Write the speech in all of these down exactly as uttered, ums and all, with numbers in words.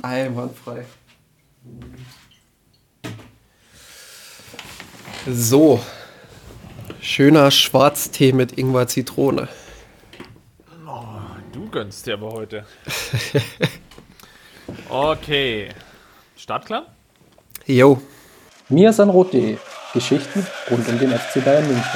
Einwandfrei. So, schöner Schwarztee mit Ingwer-Zitrone. Oh, du gönnst dir aber heute. Okay, startklar? Jo. mirsanrot punkt de. Geschichten rund um den F C Bayern München.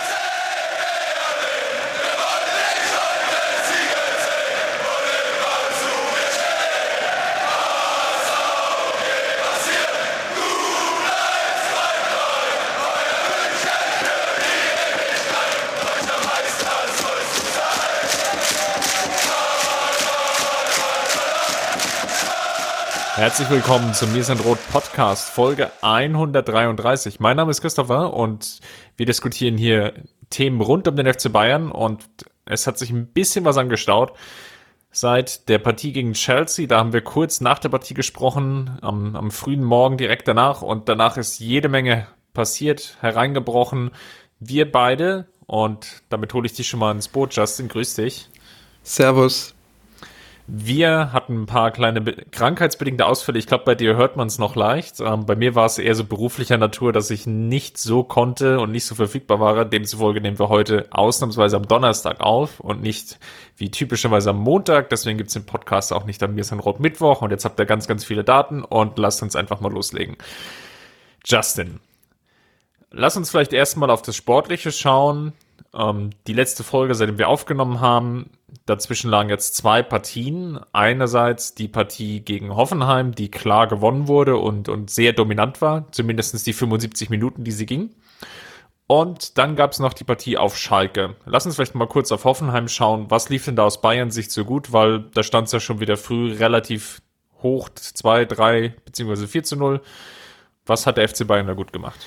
Herzlich willkommen zum Mirsanrot Podcast, Folge hundertdreiunddreißig. Mein Name ist Christopher und wir diskutieren hier Themen rund um den F C Bayern und es hat sich ein bisschen was angestaut seit der Partie gegen Chelsea. Da haben wir kurz nach der Partie gesprochen, am, am frühen Morgen direkt danach, und danach ist jede Menge passiert, hereingebrochen. Wir beide, und damit hole ich dich schon mal ins Boot, Justin, grüß dich. Servus. Wir hatten ein paar kleine be- krankheitsbedingte Ausfälle. Ich glaube, bei dir hört man es noch leicht. Ähm, bei mir war es eher so beruflicher Natur, dass ich nicht so konnte und nicht so verfügbar war. Demzufolge nehmen wir heute ausnahmsweise am Donnerstag auf und nicht wie typischerweise am Montag. Deswegen gibt es den Podcast auch nicht am Mirsanrot Mittwoch. Und jetzt habt ihr ganz, ganz viele Daten und lasst uns einfach mal loslegen. Justin, lass uns vielleicht erstmal auf das Sportliche schauen. Ähm, die letzte Folge, seitdem wir aufgenommen haben, dazwischen lagen jetzt zwei Partien. Einerseits die Partie gegen Hoffenheim, die klar gewonnen wurde und, und sehr dominant war, zumindest die fünfundsiebzig Minuten, die sie ging. Und dann gab es noch die Partie auf Schalke. Lass uns vielleicht mal kurz auf Hoffenheim schauen. Was lief denn da aus Bayern Sicht so gut? Weil da stand es ja schon wieder früh relativ hoch, zwei, drei beziehungsweise vier zu null. Was hat der F C Bayern da gut gemacht?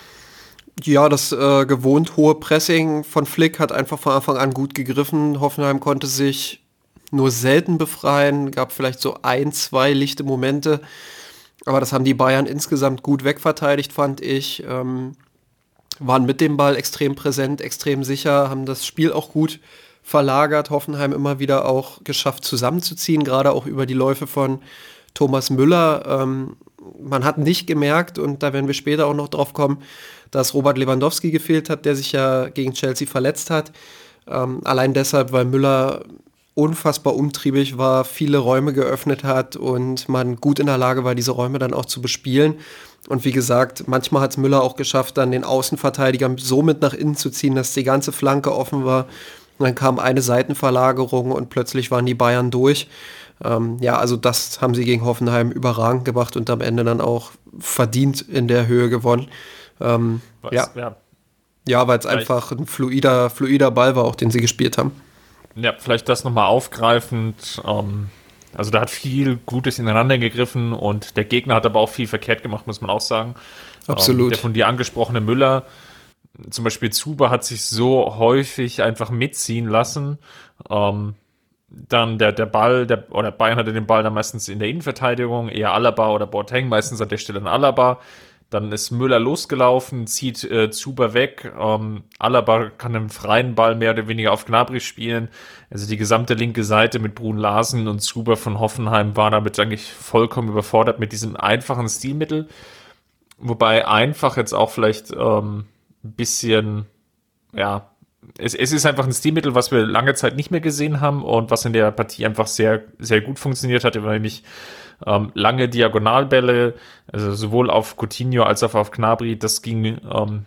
Ja, das äh, gewohnt hohe Pressing von Flick hat einfach von Anfang an gut gegriffen. Hoffenheim konnte sich nur selten befreien, gab vielleicht so ein, zwei lichte Momente. Aber das haben die Bayern insgesamt gut wegverteidigt, fand ich. Ähm, waren mit dem Ball extrem präsent, extrem sicher, haben das Spiel auch gut verlagert. Hoffenheim immer wieder auch geschafft zusammenzuziehen, gerade auch über die Läufe von Thomas Müller. Ähm, man hat nicht gemerkt, und da werden wir später auch noch drauf kommen, dass Robert Lewandowski gefehlt hat, der sich ja gegen Chelsea verletzt hat. Ähm, allein deshalb, weil Müller unfassbar umtriebig war, viele Räume geöffnet hat und man gut in der Lage war, diese Räume dann auch zu bespielen. Und wie gesagt, manchmal hat es Müller auch geschafft, dann den Außenverteidiger so mit nach innen zu ziehen, dass die ganze Flanke offen war. Und dann kam eine Seitenverlagerung und plötzlich waren die Bayern durch. Ähm, ja, also das haben sie gegen Hoffenheim überragend gemacht und am Ende dann auch verdient in der Höhe gewonnen. Ähm, ja. ja, ja weil es einfach ein fluider, fluider Ball war, auch den sie gespielt haben. Ja, vielleicht das nochmal aufgreifend. Ähm, also da hat viel Gutes ineinander gegriffen und der Gegner hat aber auch viel verkehrt gemacht, muss man auch sagen. Absolut. Ähm, der von dir angesprochene Müller, zum Beispiel Zuber, hat sich so häufig einfach mitziehen lassen. Ähm, dann der, der Ball, der, oder Bayern hatte den Ball dann meistens in der Innenverteidigung, eher Alaba oder Boateng, meistens an der Stelle ein Alaba. Dann ist Müller losgelaufen, zieht äh, Zuber weg. Ähm, Alaba kann einen freien Ball mehr oder weniger auf Gnabry spielen. Also die gesamte linke Seite mit Brun Larsen und Zuber von Hoffenheim war damit eigentlich vollkommen überfordert mit diesem einfachen Stilmittel. Wobei einfach jetzt auch vielleicht ähm, ein bisschen, ja, es, es ist einfach ein Stilmittel, was wir lange Zeit nicht mehr gesehen haben und was in der Partie einfach sehr, sehr gut funktioniert hat, nämlich ähm, lange Diagonalbälle, also sowohl auf Coutinho als auch auf Gnabry, das ging, ähm,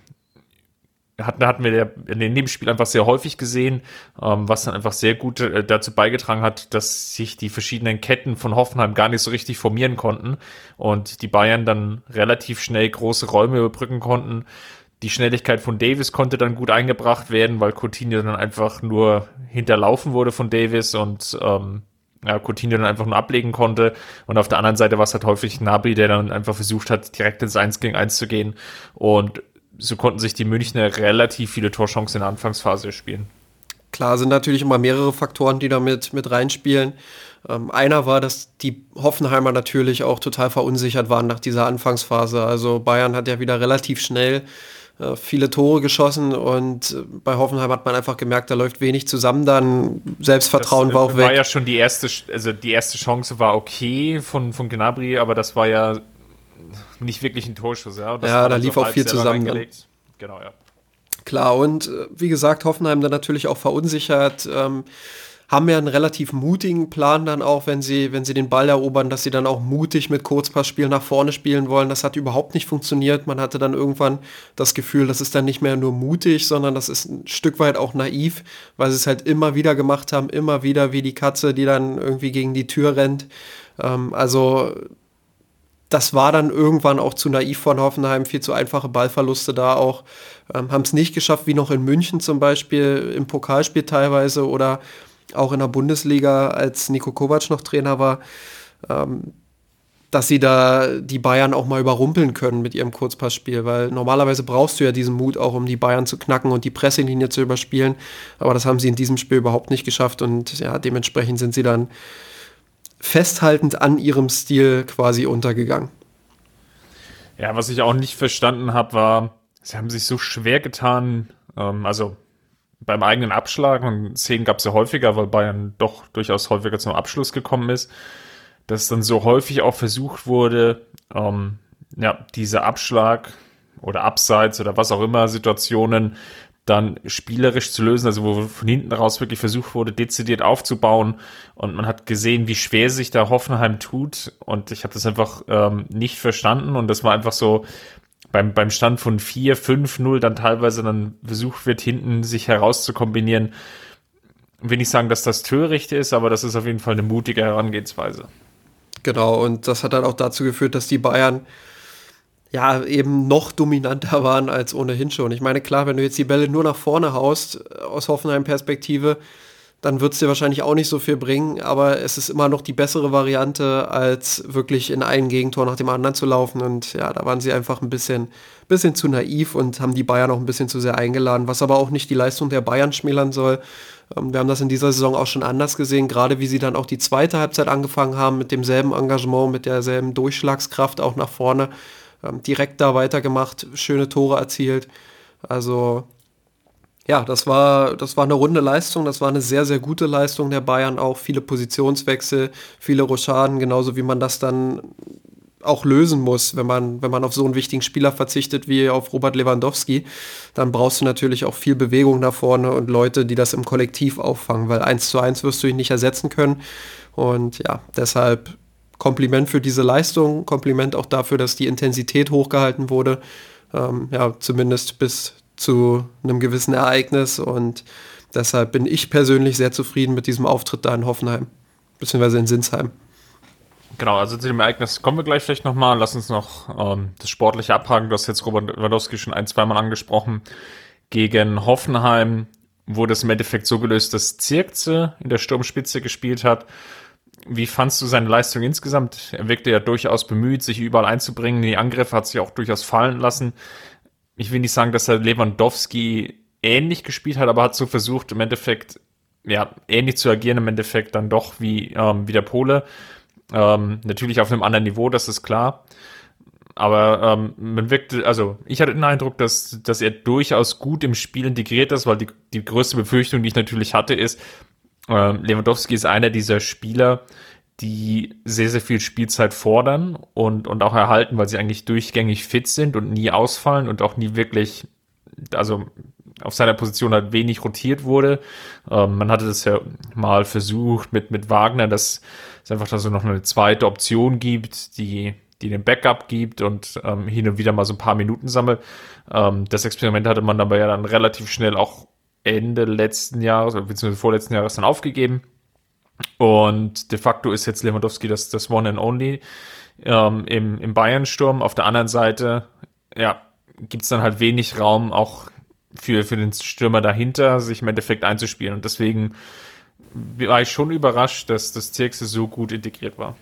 hat, hatten wir der, in dem Spiel einfach sehr häufig gesehen, ähm, was dann einfach sehr gut äh, dazu beigetragen hat, dass sich die verschiedenen Ketten von Hoffenheim gar nicht so richtig formieren konnten und die Bayern dann relativ schnell große Räume überbrücken konnten. Die Schnelligkeit von Davis konnte dann gut eingebracht werden, weil Coutinho dann einfach nur hinterlaufen wurde von Davis und ähm, ja, Coutinho dann einfach nur ablegen konnte. Und auf der anderen Seite war es halt häufig Gnabry, der dann einfach versucht hat, direkt ins eins gegen eins zu gehen. Und so konnten sich die Münchner relativ viele Torchancen in der Anfangsphase spielen. Klar, sind natürlich immer mehrere Faktoren, die da mit, mit reinspielen. Ähm, einer war, dass die Hoffenheimer natürlich auch total verunsichert waren nach dieser Anfangsphase. Also Bayern hat ja wieder relativ schnell äh, viele Tore geschossen und äh, bei Hoffenheim hat man einfach gemerkt, da läuft wenig zusammen dann. Selbstvertrauen das, war auch war weg. War ja schon die erste, also die erste Chance war okay von, von Gnabry, aber das war ja nicht wirklich ein Torschuss. Ja, das ja da lief auch viel zusammen. Genau, ja. Klar, und äh, wie gesagt, Hoffenheim dann natürlich auch verunsichert, ähm, haben ja einen relativ mutigen Plan dann auch, wenn sie, wenn sie den Ball erobern, dass sie dann auch mutig mit Kurzpassspielen nach vorne spielen wollen. Das hat überhaupt nicht funktioniert. Man hatte dann irgendwann das Gefühl, das ist dann nicht mehr nur mutig, sondern das ist ein Stück weit auch naiv, weil sie es halt immer wieder gemacht haben, immer wieder wie die Katze, die dann irgendwie gegen die Tür rennt. Ähm, also das war dann irgendwann auch zu naiv von Hoffenheim, viel zu einfache Ballverluste da auch. Ähm, haben es nicht geschafft, wie noch in München zum Beispiel, im Pokalspiel teilweise oder auch in der Bundesliga, als Niko Kovac noch Trainer war, ähm, dass sie da die Bayern auch mal überrumpeln können mit ihrem Kurzpassspiel, weil normalerweise brauchst du ja diesen Mut auch, um die Bayern zu knacken und die Presselinie zu überspielen, aber das haben sie in diesem Spiel überhaupt nicht geschafft und ja, dementsprechend sind sie dann festhaltend an ihrem Stil quasi untergegangen. Ja, was ich auch nicht verstanden habe, war, sie haben sich so schwer getan, ähm, also beim eigenen Abschlag, und Szenen gab es ja häufiger, weil Bayern doch durchaus häufiger zum Abschluss gekommen ist, dass dann so häufig auch versucht wurde, ähm, ja, diese Abschlag oder Abseits oder was auch immer Situationen dann spielerisch zu lösen, also wo von hinten raus wirklich versucht wurde, dezidiert aufzubauen und man hat gesehen, wie schwer sich da Hoffenheim tut und ich habe das einfach ähm, nicht verstanden und das war einfach so, Beim, beim Stand von vier, fünf, null dann teilweise dann versucht wird, hinten sich herauszukombinieren. Will nicht sagen, dass das töricht ist, aber das ist auf jeden Fall eine mutige Herangehensweise. Genau, und das hat dann auch dazu geführt, dass die Bayern ja eben noch dominanter waren als ohnehin schon. Ich meine, klar, wenn du jetzt die Bälle nur nach vorne haust, aus Hoffenheim-Perspektive, dann wird es dir wahrscheinlich auch nicht so viel bringen, aber es ist immer noch die bessere Variante, als wirklich in ein Gegentor nach dem anderen zu laufen. Und ja, da waren sie einfach ein bisschen, bisschen zu naiv und haben die Bayern auch ein bisschen zu sehr eingeladen, was aber auch nicht die Leistung der Bayern schmälern soll. Ähm, wir haben das in dieser Saison auch schon anders gesehen, gerade wie sie dann auch die zweite Halbzeit angefangen haben, mit demselben Engagement, mit derselben Durchschlagskraft auch nach vorne. Ähm, direkt da weitergemacht, schöne Tore erzielt. Also ja, das war, das war eine runde Leistung, das war eine sehr, sehr gute Leistung der Bayern, auch viele Positionswechsel, viele Rochaden, genauso wie man das dann auch lösen muss, wenn man, wenn man auf so einen wichtigen Spieler verzichtet wie auf Robert Lewandowski, dann brauchst du natürlich auch viel Bewegung da vorne und Leute, die das im Kollektiv auffangen, weil eins zu eins wirst du ihn nicht ersetzen können und ja, deshalb Kompliment für diese Leistung, Kompliment auch dafür, dass die Intensität hochgehalten wurde, ähm, ja, zumindest bis zu einem gewissen Ereignis und deshalb bin ich persönlich sehr zufrieden mit diesem Auftritt da in Hoffenheim, beziehungsweise in Sinsheim. Genau, also zu dem Ereignis kommen wir gleich vielleicht nochmal. Lass uns noch ähm, das Sportliche abhaken. Du hast jetzt Robert Lewandowski schon ein, zweimal angesprochen. Gegen Hoffenheim wurde es im Endeffekt so gelöst, dass Zirkzee in der Sturmspitze gespielt hat. Wie fandst du seine Leistung insgesamt? Er wirkte ja durchaus bemüht, sich überall einzubringen. Die Angriffe hat sich auch durchaus fallen lassen. Ich will nicht sagen, dass er Lewandowski ähnlich gespielt hat, aber hat so versucht, im Endeffekt, ja, ähnlich zu agieren, im Endeffekt dann doch wie, ähm, wie der Pole. Ähm, natürlich auf einem anderen Niveau, das ist klar. Aber ähm, man wirkte, also ich hatte den Eindruck, dass, dass er durchaus gut im Spiel integriert ist, weil die, die größte Befürchtung, die ich natürlich hatte, ist, ähm, Lewandowski ist einer dieser Spieler, die sehr, sehr viel Spielzeit fordern und, und auch erhalten, weil sie eigentlich durchgängig fit sind und nie ausfallen und auch nie wirklich, also auf seiner Position halt wenig rotiert wurde. Ähm, man hatte das ja mal versucht mit, mit Wagner, dass es einfach da so noch eine zweite Option gibt, die, die den Backup gibt und ähm, hin und wieder mal so ein paar Minuten sammelt. Ähm, das Experiment hatte man aber ja dann relativ schnell auch Ende letzten Jahres, beziehungsweise vorletzten Jahres dann aufgegeben. Und de facto ist jetzt Lewandowski das, das One and Only ähm, im, im Bayern-Sturm. Auf der anderen Seite, ja, gibt's dann halt wenig Raum auch für, für den Stürmer dahinter, sich im Endeffekt einzuspielen. Und deswegen war ich schon überrascht, dass das Zirkzee so gut integriert war.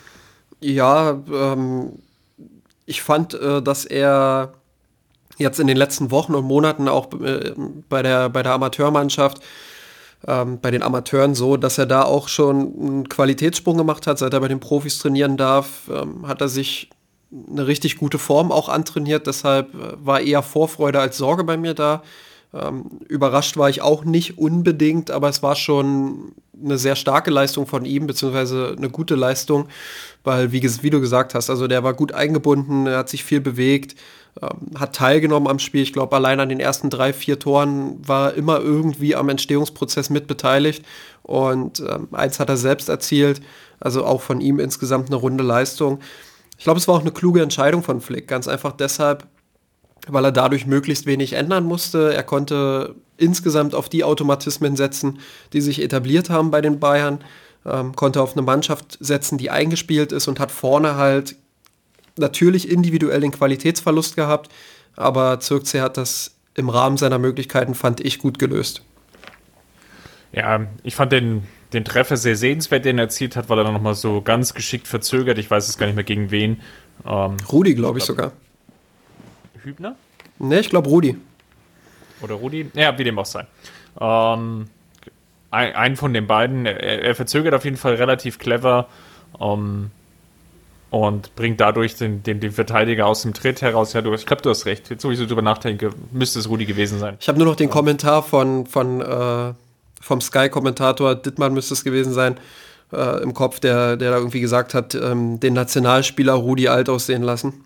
Ja, ähm, ich fand, äh, dass er jetzt in den letzten Wochen und Monaten auch äh, bei der, bei der Amateurmannschaft Ähm, bei den Amateuren so, dass er da auch schon einen Qualitätssprung gemacht hat, seit er bei den Profis trainieren darf, ähm, hat er sich eine richtig gute Form auch antrainiert, deshalb äh, war eher Vorfreude als Sorge bei mir da. Ähm, überrascht war ich auch nicht unbedingt, aber es war schon eine sehr starke Leistung von ihm, beziehungsweise eine gute Leistung, weil, wie, wie du gesagt hast, also der war gut eingebunden, er hat sich viel bewegt, ähm, hat teilgenommen am Spiel. Ich glaube, allein an den ersten drei, vier Toren war er immer irgendwie am Entstehungsprozess mit beteiligt und ähm, eins hat er selbst erzielt, also auch von ihm insgesamt eine runde Leistung. Ich glaube, es war auch eine kluge Entscheidung von Flick, ganz einfach deshalb, weil er dadurch möglichst wenig ändern musste. Er konnte insgesamt auf die Automatismen setzen, die sich etabliert haben bei den Bayern, ähm, konnte auf eine Mannschaft setzen, die eingespielt ist und hat vorne halt natürlich individuell den Qualitätsverlust gehabt, aber Zirkzee hat das im Rahmen seiner Möglichkeiten, fand ich, gut gelöst. Ja, ich fand den, den Treffer sehr sehenswert, den er erzielt hat, weil er dann nochmal so ganz geschickt verzögert. Ich weiß es gar nicht mehr gegen wen. Ähm, Rudi, glaube ich, glaub, sogar. Hübner? Ne, ich glaube Rudi. Oder Rudi? Ja, wie dem auch sei. Ähm, ein, ein von den beiden. Er, er verzögert auf jeden Fall relativ clever ähm, und bringt dadurch den, den, den Verteidiger aus dem Tritt heraus. Ja, du, ich glaube, du hast recht. Jetzt, wo ich so drüber nachdenke, müsste es Rudi gewesen sein. Ich habe nur noch den ja. Kommentar von, von äh, vom Sky-Kommentator, Dittmann müsste es gewesen sein, äh, im Kopf, der, der da irgendwie gesagt hat, ähm, den Nationalspieler Rudi alt aussehen lassen.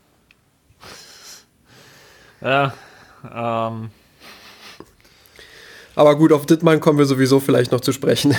Ja, ähm. Aber gut, auf Dittmann kommen wir sowieso vielleicht noch zu sprechen.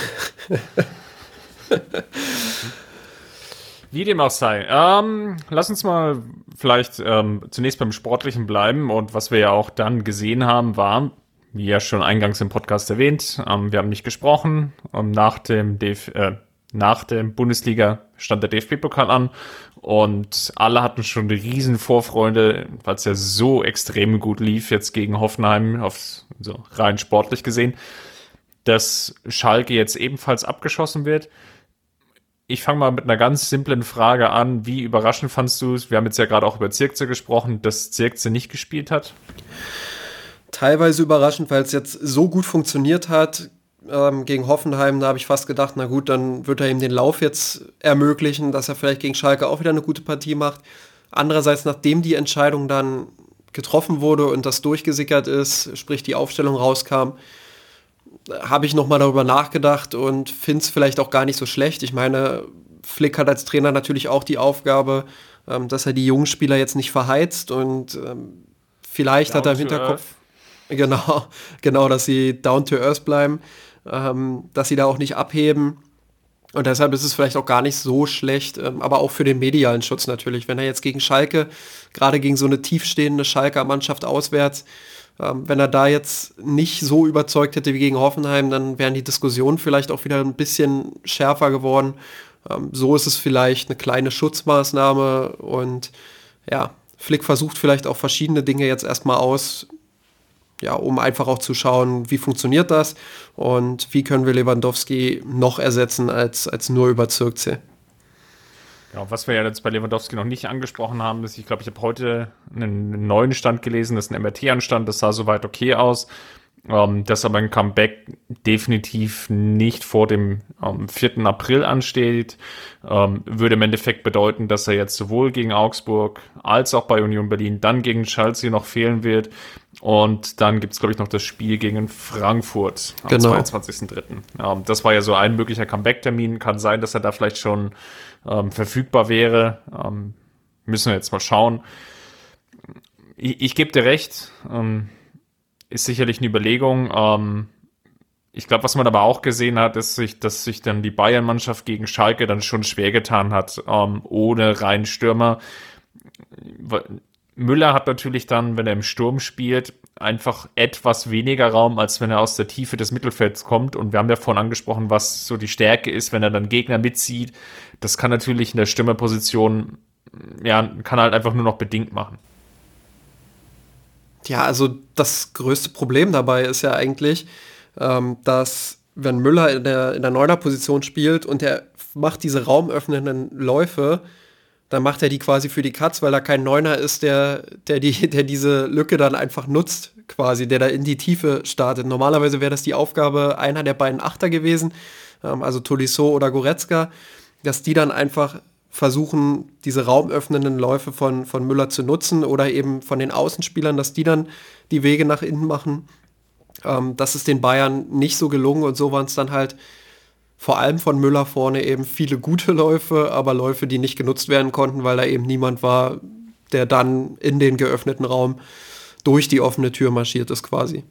Wie dem auch sei. Ähm, lass uns mal vielleicht ähm, zunächst beim Sportlichen bleiben. Und was wir ja auch dann gesehen haben, war, wie ja schon eingangs im Podcast erwähnt, ähm, wir haben nicht gesprochen. Ähm, nach dem D F, äh, nach der Bundesliga stand der D F B-Pokal an. Und alle hatten schon eine riesen Vorfreude, weil es ja so extrem gut lief jetzt gegen Hoffenheim, auf, so rein sportlich gesehen, dass Schalke jetzt ebenfalls abgeschossen wird. Ich fange mal mit einer ganz simplen Frage an. Wie überraschend fandst du es? Wir haben jetzt ja gerade auch über Zirkzee gesprochen, dass Zirkzee nicht gespielt hat. Teilweise überraschend, weil es jetzt so gut funktioniert hat. Ähm, gegen Hoffenheim, da habe ich fast gedacht, na gut, dann wird er ihm den Lauf jetzt ermöglichen, dass er vielleicht gegen Schalke auch wieder eine gute Partie macht. Andererseits, nachdem die Entscheidung dann getroffen wurde und das durchgesickert ist, sprich die Aufstellung rauskam, habe ich nochmal darüber nachgedacht und finde es vielleicht auch gar nicht so schlecht. Ich meine, Flick hat als Trainer natürlich auch die Aufgabe, ähm, dass er die jungen Spieler jetzt nicht verheizt und ähm, vielleicht down hat er im Hinterkopf, genau, genau, dass sie down to earth bleiben. Ähm, dass sie da auch nicht abheben. Und deshalb ist es vielleicht auch gar nicht so schlecht, ähm, aber auch für den medialen Schutz natürlich. Wenn er jetzt gegen Schalke, gerade gegen so eine tiefstehende Schalker Mannschaft auswärts, ähm, wenn er da jetzt nicht so überzeugt hätte wie gegen Hoffenheim, dann wären die Diskussionen vielleicht auch wieder ein bisschen schärfer geworden. Ähm, so ist es vielleicht eine kleine Schutzmaßnahme und ja, Flick versucht vielleicht auch verschiedene Dinge jetzt erstmal aus, ja, um einfach auch zu schauen, wie funktioniert das und wie können wir Lewandowski noch ersetzen als, als nur über Zirkzee. Ja, was wir ja jetzt bei Lewandowski noch nicht angesprochen haben, ist, ich glaube, ich habe heute einen neuen Stand gelesen, das ist ein M R T-Anstand, das sah soweit okay aus. Ähm, dass aber ein Comeback definitiv nicht vor dem ähm, vierten April ansteht, ähm, würde im Endeffekt bedeuten, dass er jetzt sowohl gegen Augsburg als auch bei Union Berlin, dann gegen Schalke noch fehlen wird. Und dann gibt es, glaube ich, noch das Spiel gegen Frankfurt am genau. zweiundzwanzigsten dritten Ähm, das war ja so ein möglicher Comeback-Termin. Kann sein, dass er da vielleicht schon ähm, verfügbar wäre. Ähm, müssen wir jetzt mal schauen. Ich, ich gebe dir recht, ähm, ist sicherlich eine Überlegung. Ähm, ich glaube, was man aber auch gesehen hat, ist, sich, dass sich dann die Bayern-Mannschaft gegen Schalke dann schon schwer getan hat, ähm, ohne reinen Stürmer. Müller hat natürlich dann, wenn er im Sturm spielt, einfach etwas weniger Raum, als wenn er aus der Tiefe des Mittelfelds kommt. Und wir haben ja vorhin angesprochen, was so die Stärke ist, wenn er dann Gegner mitzieht. Das kann natürlich in der Stürmerposition, ja, kann halt einfach nur noch bedingt machen. Ja, also das größte Problem dabei ist ja eigentlich, ähm, dass wenn Müller in der, in der Neuner-Position spielt und er macht diese raumöffnenden Läufe, dann macht er die quasi für die Katz, weil er kein Neuner ist, der, der, die, der diese Lücke dann einfach nutzt, quasi, der da in die Tiefe startet. Normalerweise wäre das die Aufgabe einer der beiden Achter gewesen, ähm, also Tolisso oder Goretzka, dass die dann einfach versuchen, diese raumöffnenden Läufe von, von Müller zu nutzen oder eben von den Außenspielern, dass die dann die Wege nach innen machen. Ähm, das ist den Bayern nicht so gelungen und so waren es dann halt vor allem von Müller vorne eben viele gute Läufe, aber Läufe, die nicht genutzt werden konnten, weil da eben niemand war, der dann in den geöffneten Raum durch die offene Tür marschiert ist quasi.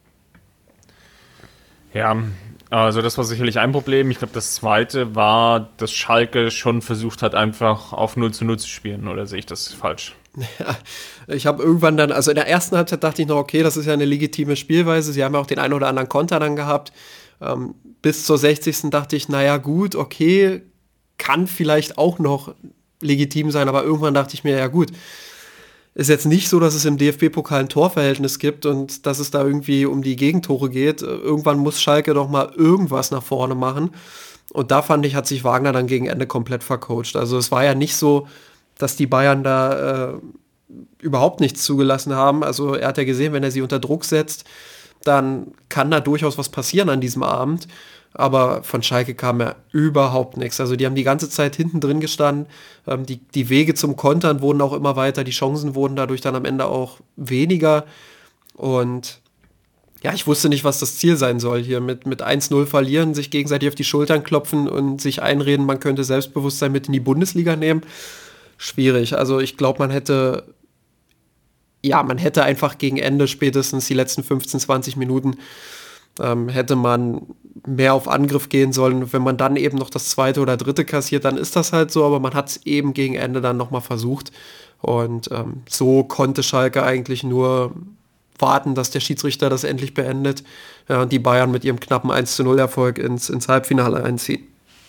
Ja, also das war sicherlich ein Problem. Ich glaube, das zweite war, dass Schalke schon versucht hat, einfach auf null zu null zu spielen. Oder sehe ich das falsch? Ja, ich habe irgendwann dann, also in der ersten Halbzeit dachte ich noch, okay, das ist ja eine legitime Spielweise. Sie haben ja auch den einen oder anderen Konter dann gehabt. Ähm, bis zur sechzigsten dachte ich, naja gut, okay, kann vielleicht auch noch legitim sein, aber irgendwann dachte ich mir, ja gut, ist jetzt nicht so, dass es im D F B-Pokal ein Torverhältnis gibt und dass es da irgendwie um die Gegentore geht. Irgendwann muss Schalke doch mal irgendwas nach vorne machen. Und da fand ich, hat sich Wagner dann gegen Ende komplett vercoacht. Also es war ja nicht so, dass die Bayern da äh, überhaupt nichts zugelassen haben. Also er hat ja gesehen, wenn er sie unter Druck setzt, dann kann da durchaus was passieren an diesem Abend. Aber von Schalke kam ja überhaupt nichts. Also die haben die ganze Zeit hinten drin gestanden. Ähm, die, die Wege zum Kontern wurden auch immer weiter. Die Chancen wurden dadurch dann am Ende auch weniger. Und ja, ich wusste nicht, was das Ziel sein soll hier. Mit, mit eins null verlieren, sich gegenseitig auf die Schultern klopfen und sich einreden, man könnte Selbstbewusstsein mit in die Bundesliga nehmen. Schwierig. Also ich glaube, man hätte ja, man hätte einfach gegen Ende spätestens die letzten fünfzehn, zwanzig Minuten ähm, hätte man mehr auf Angriff gehen sollen. Wenn man dann eben noch das zweite oder dritte kassiert, dann ist das halt so, aber man hat es eben gegen Ende dann nochmal versucht. Und ähm, so konnte Schalke eigentlich nur warten, dass der Schiedsrichter das endlich beendet, ja, und die Bayern mit ihrem knappen eins zu null Erfolg ins, ins Halbfinale einziehen.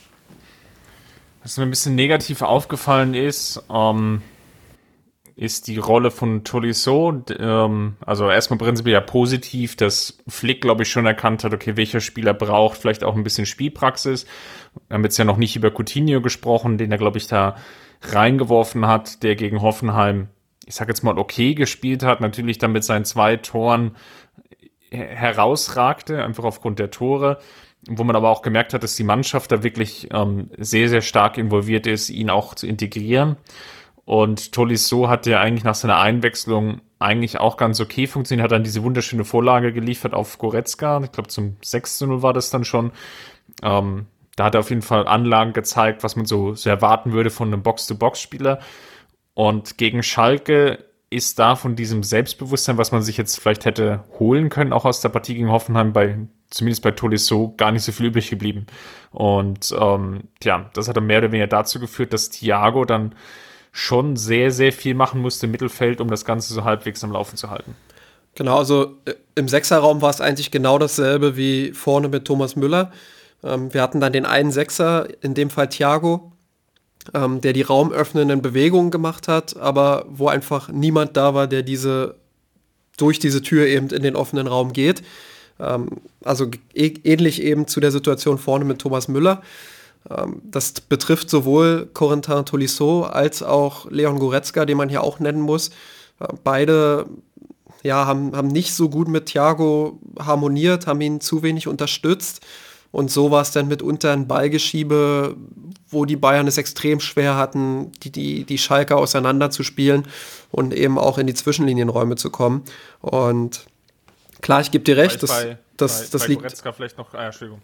Was mir ein bisschen negativ aufgefallen ist, ähm, ist die Rolle von Tolisso. Ähm, also erstmal prinzipiell ja positiv, dass Flick, glaube ich, schon erkannt hat, okay, welcher Spieler braucht vielleicht auch ein bisschen Spielpraxis. Wir haben jetzt ja noch nicht über Coutinho gesprochen, den er, glaube ich, da reingeworfen hat, der gegen Hoffenheim, ich sag jetzt mal, okay gespielt hat, natürlich dann mit seinen zwei Toren herausragte, einfach aufgrund der Tore, wo man aber auch gemerkt hat, dass die Mannschaft da wirklich ähm, sehr, sehr stark involviert ist, ihn auch zu integrieren. Und Tolisso hat ja eigentlich nach seiner Einwechslung eigentlich auch ganz okay funktioniert, hat dann diese wunderschöne Vorlage geliefert auf Goretzka. Ich glaube, zum sechs zu null war das dann schon. Ähm, da hat er auf jeden Fall Anlagen gezeigt, was man so, so erwarten würde von einem Box-to-Box-Spieler. Und gegen Schalke ist da von diesem Selbstbewusstsein, was man sich jetzt vielleicht hätte holen können, auch aus der Partie gegen Hoffenheim, bei zumindest bei Tolisso, gar nicht so viel übrig geblieben. Und ähm, ja, das hat dann mehr oder weniger dazu geführt, dass Thiago dann schon sehr, sehr viel machen musste im Mittelfeld, um das Ganze so halbwegs am Laufen zu halten. Genau, also äh, im Sechserraum war es eigentlich genau dasselbe wie vorne mit Thomas Müller. Ähm, wir hatten dann den einen Sechser, in dem Fall Thiago, ähm, der die raumöffnenden Bewegungen gemacht hat, aber wo einfach niemand da war, der diese durch diese Tür eben in den offenen Raum geht. Ähm, also e- ähnlich eben zu der Situation vorne mit Thomas Müller. Das betrifft sowohl Corentin Tolisso als auch Leon Goretzka, den man hier auch nennen muss. Beide ja, haben, haben nicht so gut mit Thiago harmoniert, haben ihn zu wenig unterstützt. Und so war es dann mitunter ein Ballgeschiebe, wo die Bayern es extrem schwer hatten, die, die, die Schalker auseinanderzuspielen und eben auch in die Zwischenlinienräume zu kommen. Und klar, ich gebe dir recht, das, bei, das, bei, das bei liegt... Goretzka vielleicht noch, ah, Entschuldigung.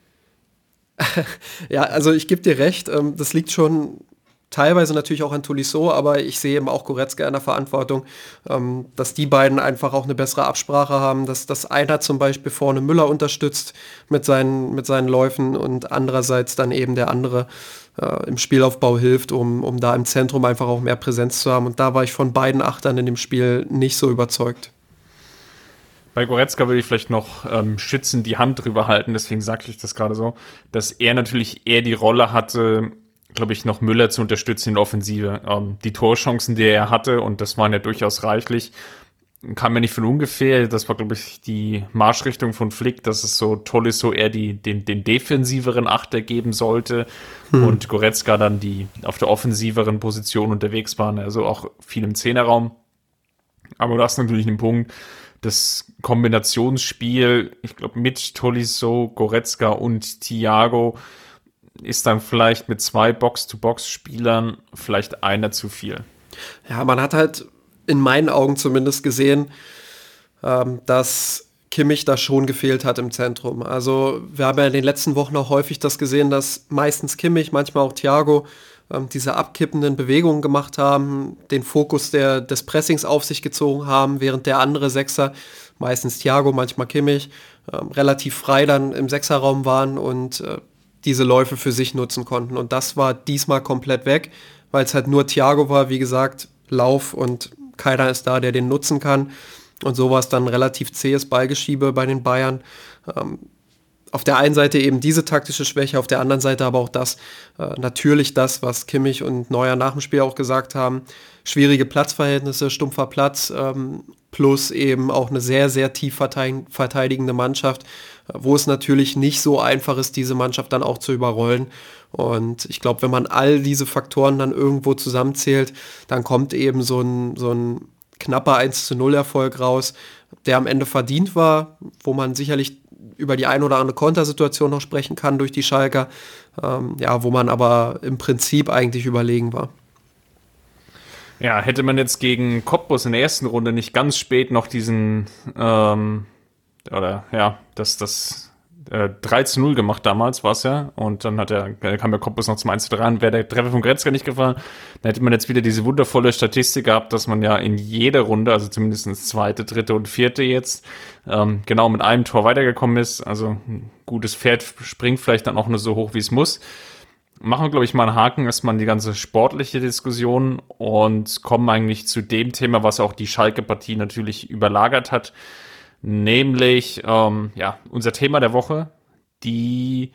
Ja, also ich gebe dir recht, ähm, das liegt schon teilweise natürlich auch an Tolisso, aber ich sehe eben auch Goretzka in der Verantwortung, ähm, dass die beiden einfach auch eine bessere Absprache haben, dass, dass einer zum Beispiel vorne Müller unterstützt mit seinen, mit seinen Läufen und andererseits dann eben der andere äh, im Spielaufbau hilft, um, um da im Zentrum einfach auch mehr Präsenz zu haben. Und da war ich von beiden Achtern in dem Spiel nicht so überzeugt. Bei Goretzka würde ich vielleicht noch ähm, schützend die Hand drüber halten, deswegen sage ich das gerade so, dass er natürlich eher die Rolle hatte, glaube ich, noch Müller zu unterstützen in der Offensive. Ähm, die Torchancen, die er hatte, und das waren ja durchaus reichlich, kam ja nicht von ungefähr. Das war, glaube ich, die Marschrichtung von Flick, dass es so toll ist, so eher die, den, den defensiveren Achter geben sollte hm. und Goretzka dann die auf der offensiveren Position unterwegs waren, also auch viel im Zehnerraum. Aber du hast natürlich einen Punkt, das Kombinationsspiel, ich glaube, mit Tolisso, Goretzka und Thiago, ist dann vielleicht mit zwei Box-to-Box-Spielern vielleicht einer zu viel. Ja, man hat halt in meinen Augen zumindest gesehen, ähm, dass Kimmich da schon gefehlt hat im Zentrum. Also wir haben ja in den letzten Wochen auch häufig das gesehen, dass meistens Kimmich, manchmal auch Thiago ähm, diese abkippenden Bewegungen gemacht haben, den Fokus der, des Pressings auf sich gezogen haben, während der andere Sechser, meistens Thiago, manchmal Kimmich, ähm, relativ frei dann im Sechserraum waren und äh, diese Läufe für sich nutzen konnten. Und das war diesmal komplett weg, weil es halt nur Thiago war, wie gesagt, Lauf und keiner ist da, der den nutzen kann. Und so war es dann relativ zähes Ballgeschiebe bei den Bayern. Ähm, auf der einen Seite eben diese taktische Schwäche, auf der anderen Seite aber auch das, äh, natürlich das, was Kimmich und Neuer nach dem Spiel auch gesagt haben, schwierige Platzverhältnisse, stumpfer Platz, ähm, plus eben auch eine sehr, sehr tief verteidigende Mannschaft, äh, wo es natürlich nicht so einfach ist, diese Mannschaft dann auch zu überrollen. Und ich glaube, wenn man all diese Faktoren dann irgendwo zusammenzählt, dann kommt eben so ein, so ein knapper eins zu null Erfolg raus, der am Ende verdient war, wo man sicherlich über die ein oder andere Kontersituation noch sprechen kann durch die Schalker, ähm, ja, wo man aber im Prinzip eigentlich überlegen war. Ja, hätte man jetzt gegen Cottbus in der ersten Runde nicht ganz spät noch diesen, ähm, oder ja, das, das äh, drei zu null gemacht damals, war es ja, und dann hat er, kam der Cottbus noch zum eins zu drei und wäre der Treffer von Goretzka nicht gefallen, dann hätte man jetzt wieder diese wundervolle Statistik gehabt, dass man ja in jeder Runde, also zumindest zweite, dritte und vierte jetzt, ähm, genau mit einem Tor weitergekommen ist. Also ein gutes Pferd springt vielleicht dann auch nur so hoch, wie es muss. Machen wir, glaube ich, mal einen Haken erstmal an die ganze sportliche Diskussion und kommen eigentlich zu dem Thema, was auch die Schalke-Partie natürlich überlagert hat, nämlich ähm, ja unser Thema der Woche, die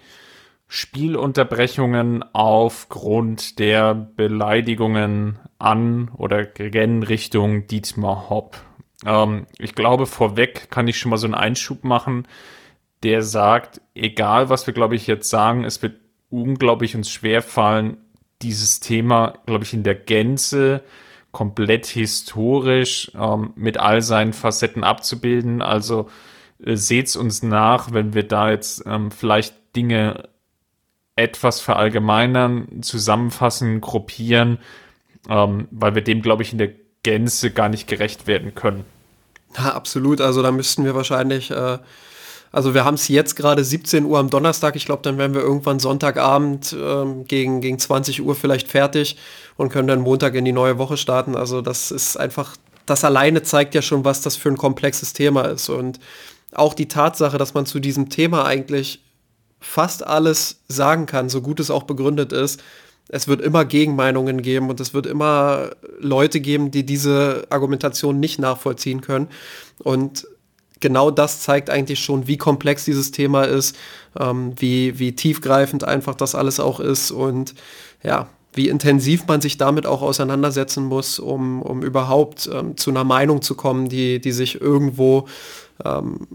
Spielunterbrechungen aufgrund der Beleidigungen an oder gegen Richtung Dietmar Hopp. Ähm, ich glaube, vorweg kann ich schon mal so einen Einschub machen, der sagt, egal was wir, glaube ich, jetzt sagen, es wird unglaublich uns schwerfallen, dieses Thema, glaube ich, in der Gänze komplett historisch ähm, mit all seinen Facetten abzubilden. Also äh, seht's uns nach, wenn wir da jetzt ähm, vielleicht Dinge etwas verallgemeinern, zusammenfassen, gruppieren, ähm, weil wir dem, glaube ich, in der Gänze gar nicht gerecht werden können. Ja, absolut. Also da müssten wir wahrscheinlich, äh, also wir haben es jetzt gerade siebzehn Uhr am Donnerstag, ich glaube, dann wären wir irgendwann Sonntagabend ähm, gegen, gegen zwanzig Uhr vielleicht fertig und können dann Montag in die neue Woche starten. Also das ist einfach, das alleine zeigt ja schon, was das für ein komplexes Thema ist. Und auch die Tatsache, dass man zu diesem Thema eigentlich fast alles sagen kann, so gut es auch begründet ist. Es wird immer Gegenmeinungen geben und es wird immer Leute geben, die diese Argumentation nicht nachvollziehen können. Und genau das zeigt eigentlich schon, wie komplex dieses Thema ist, ähm, wie, wie tiefgreifend einfach das alles auch ist und ja, wie intensiv man sich damit auch auseinandersetzen muss, um, um überhaupt ähm, zu einer Meinung zu kommen, die, die sich irgendwo ähm,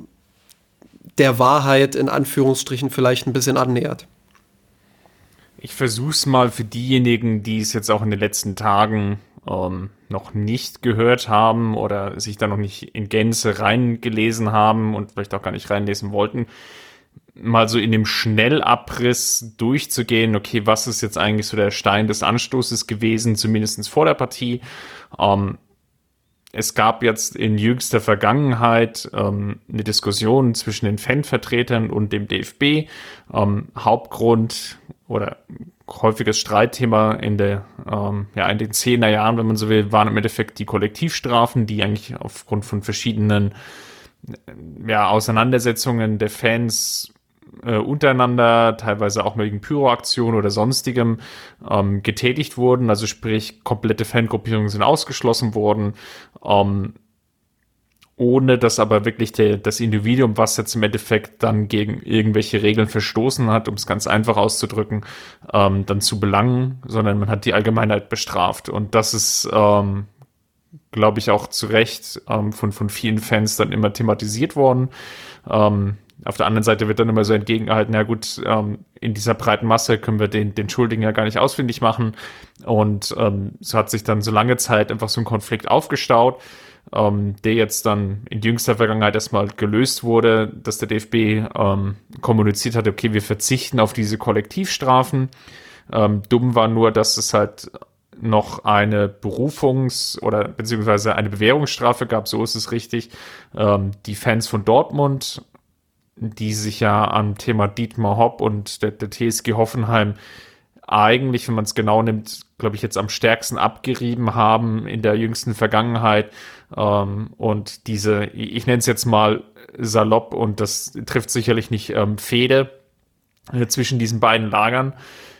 der Wahrheit in Anführungsstrichen vielleicht ein bisschen annähert. Ich versuch's mal für diejenigen, die es jetzt auch in den letzten Tagen ähm, noch nicht gehört haben oder sich da noch nicht in Gänze reingelesen haben und vielleicht auch gar nicht reinlesen wollten, mal so in dem Schnellabriss durchzugehen, okay, was ist jetzt eigentlich so der Stein des Anstoßes gewesen, zumindest vor der Partie. Ähm, Es gab jetzt in jüngster Vergangenheit ähm, eine Diskussion zwischen den Fanvertretern und dem D F B. Ähm, Hauptgrund oder häufiges Streitthema in der ähm, ja in den zehner Jahren, wenn man so will, waren im Endeffekt die Kollektivstrafen, die eigentlich aufgrund von verschiedenen ja, Auseinandersetzungen der Fans äh, untereinander, teilweise auch wegen Pyroaktionen oder sonstigem, ähm, getätigt wurden. Also sprich, komplette Fangruppierungen sind ausgeschlossen worden, ähm, ohne dass aber wirklich der, das Individuum, was jetzt im Endeffekt dann gegen irgendwelche Regeln verstoßen hat, um es ganz einfach auszudrücken, ähm, dann zu belangen, sondern man hat die Allgemeinheit bestraft. Und das ist, ähm, glaube ich, auch zu Recht ähm, von, von vielen Fans dann immer thematisiert worden. Ähm, auf der anderen Seite wird dann immer so entgegengehalten, ja gut, ähm, in dieser breiten Masse können wir den, den Schuldigen ja gar nicht ausfindig machen. Und ähm, so hat sich dann so lange Zeit einfach so ein Konflikt aufgestaut, ähm, der jetzt dann in jüngster Vergangenheit erstmal gelöst wurde, dass der D F B ähm, kommuniziert hat, okay, wir verzichten auf diese Kollektivstrafen. Ähm, dumm war nur, dass es halt noch eine Berufungs- oder beziehungsweise eine Bewährungsstrafe gab, so ist es richtig. Ähm, die Fans von Dortmund, die sich ja am Thema Dietmar Hopp und der, der T S G Hoffenheim eigentlich, wenn man es genau nimmt, glaube ich, jetzt am stärksten abgerieben haben in der jüngsten Vergangenheit. Ähm, und diese, ich nenne es jetzt mal salopp, und das trifft sicherlich nicht ähm, Fehde äh, zwischen diesen beiden Lagern.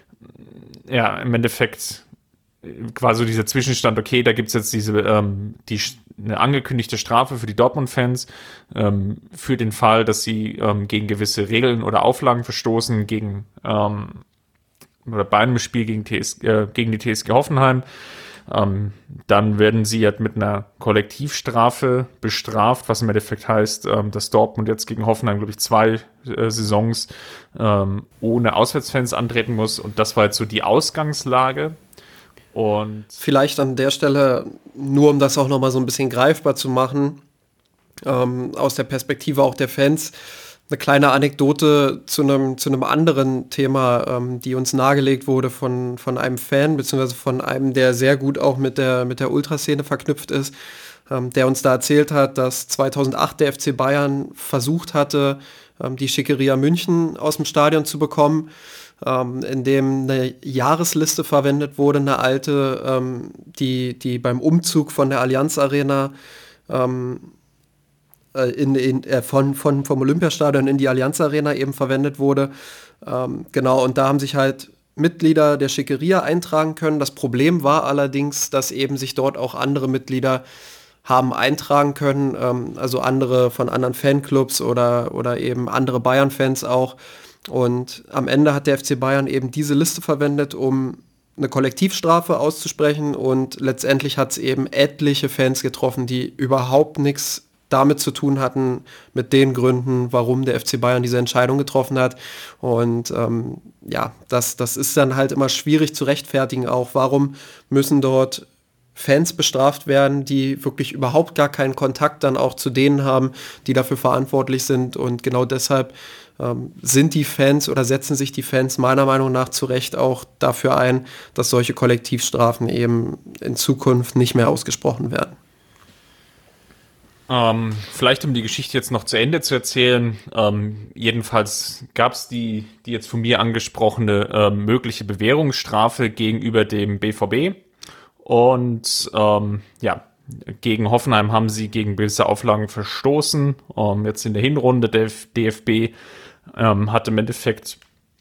Ja, im Endeffekt quasi dieser Zwischenstand, okay, da gibt's jetzt diese ähm, die eine angekündigte Strafe für die Dortmund-Fans ähm, für den Fall, dass sie ähm, gegen gewisse Regeln oder Auflagen verstoßen, gegen ähm, oder bei einem Spiel gegen, T S, äh, gegen die T S G Hoffenheim. Ähm, dann werden sie jetzt mit einer Kollektivstrafe bestraft, was im Endeffekt heißt, ähm, dass Dortmund jetzt gegen Hoffenheim, glaube ich, zwei äh, Saisons ähm, ohne Auswärtsfans antreten muss. Und das war jetzt so die Ausgangslage. Und vielleicht an der Stelle, nur um das auch nochmal so ein bisschen greifbar zu machen, ähm, aus der Perspektive auch der Fans, eine kleine Anekdote zu einem zu einem anderen Thema, ähm, die uns nahegelegt wurde von, von einem Fan, beziehungsweise von einem, der sehr gut auch mit der, mit der Ultraszene verknüpft ist, ähm, der uns da erzählt hat, dass zweitausendacht der F C Bayern versucht hatte, ähm, die Schickeria München aus dem Stadion zu bekommen, ähm, in dem eine Jahresliste verwendet wurde, eine alte, ähm, die, die beim Umzug von der Allianz Arena ähm, In, in, äh, von, von, vom Olympiastadion in die Allianz Arena eben verwendet wurde. Ähm, genau, und da haben sich halt Mitglieder der Schickeria eintragen können. Das Problem war allerdings, dass eben sich dort auch andere Mitglieder haben eintragen können, ähm, also andere von anderen Fanclubs oder, oder eben andere Bayern-Fans auch. Und am Ende hat der F C Bayern eben diese Liste verwendet, um eine Kollektivstrafe auszusprechen, und letztendlich hat es eben etliche Fans getroffen, die überhaupt nichts damit zu tun hatten, mit den Gründen, warum der F C Bayern diese Entscheidung getroffen hat. Und ähm, ja, das, das ist dann halt immer schwierig zu rechtfertigen auch. Warum müssen dort Fans bestraft werden, die wirklich überhaupt gar keinen Kontakt dann auch zu denen haben, die dafür verantwortlich sind? Und genau deshalb ähm, sind die Fans oder setzen sich die Fans meiner Meinung nach zu Recht auch dafür ein, dass solche Kollektivstrafen eben in Zukunft nicht mehr ausgesprochen werden. Ähm, vielleicht, um die Geschichte jetzt noch zu Ende zu erzählen, ähm, jedenfalls gab es die, die jetzt von mir angesprochene äh, mögliche Bewährungsstrafe gegenüber dem B V B, und ähm, ja, gegen Hoffenheim haben sie gegen gewisse Auflagen verstoßen. Ähm, jetzt in der Hinrunde der D F B ähm, hat im Endeffekt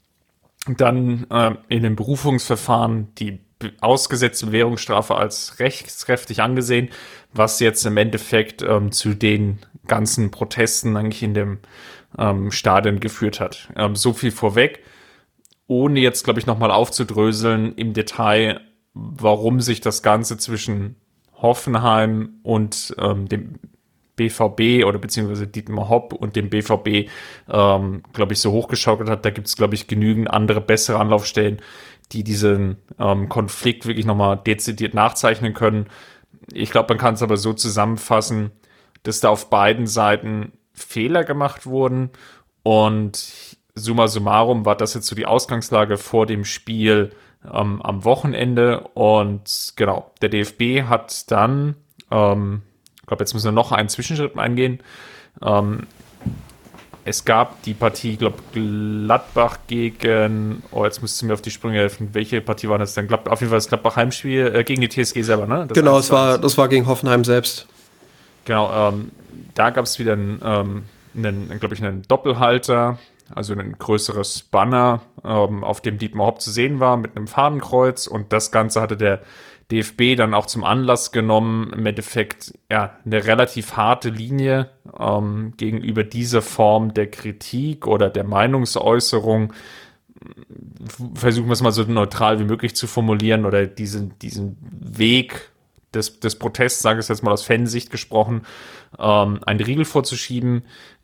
dann äh, in dem Berufungsverfahren die ausgesetzte Bewährungsstrafe als rechtskräftig angesehen, was jetzt im Endeffekt ähm, zu den ganzen Protesten eigentlich in dem ähm, Stadion geführt hat. Ähm, so viel vorweg, ohne jetzt, glaube ich, nochmal aufzudröseln im Detail, warum sich das Ganze zwischen Hoffenheim und ähm, dem B V B oder beziehungsweise Dietmar Hopp und dem B V B, ähm, glaube ich, so hochgeschaukelt hat. Da gibt es, glaube ich, genügend andere, bessere Anlaufstellen, die diesen ähm, Konflikt wirklich nochmal dezidiert nachzeichnen können. Ich glaube, man kann es aber so zusammenfassen, dass da auf beiden Seiten Fehler gemacht wurden, und summa summarum war das jetzt so die Ausgangslage vor dem Spiel ähm, am Wochenende. Und genau, der D F B hat dann, ähm, ich glaube, jetzt müssen wir noch einen Zwischenschritt eingehen. Ähm, Es gab die Partie, ich glaube, Gladbach gegen, oh, jetzt müsst ihr mir auf die Sprünge helfen. Welche Partie war das denn? Glad, auf jeden Fall das Gladbach-Heimspiel äh, gegen die T S G selber, ne? Das genau, es war, das war gegen Hoffenheim selbst. Genau, ähm, da gab es wieder einen, ähm, einen glaube ich, einen Doppelhalter, also ein größeres Banner, ähm, auf dem Dietmar Hopp zu sehen war, mit einem Fadenkreuz, und das Ganze hatte der D F B dann auch zum Anlass genommen, im Endeffekt ja eine relativ harte Linie ähm, gegenüber dieser Form der Kritik oder der Meinungsäußerung, versuchen wir es mal so neutral wie möglich zu formulieren, oder diesen, diesen Weg des, des Protests, sage ich jetzt mal aus Fansicht gesprochen, ähm, einen Riegel vorzuschieben.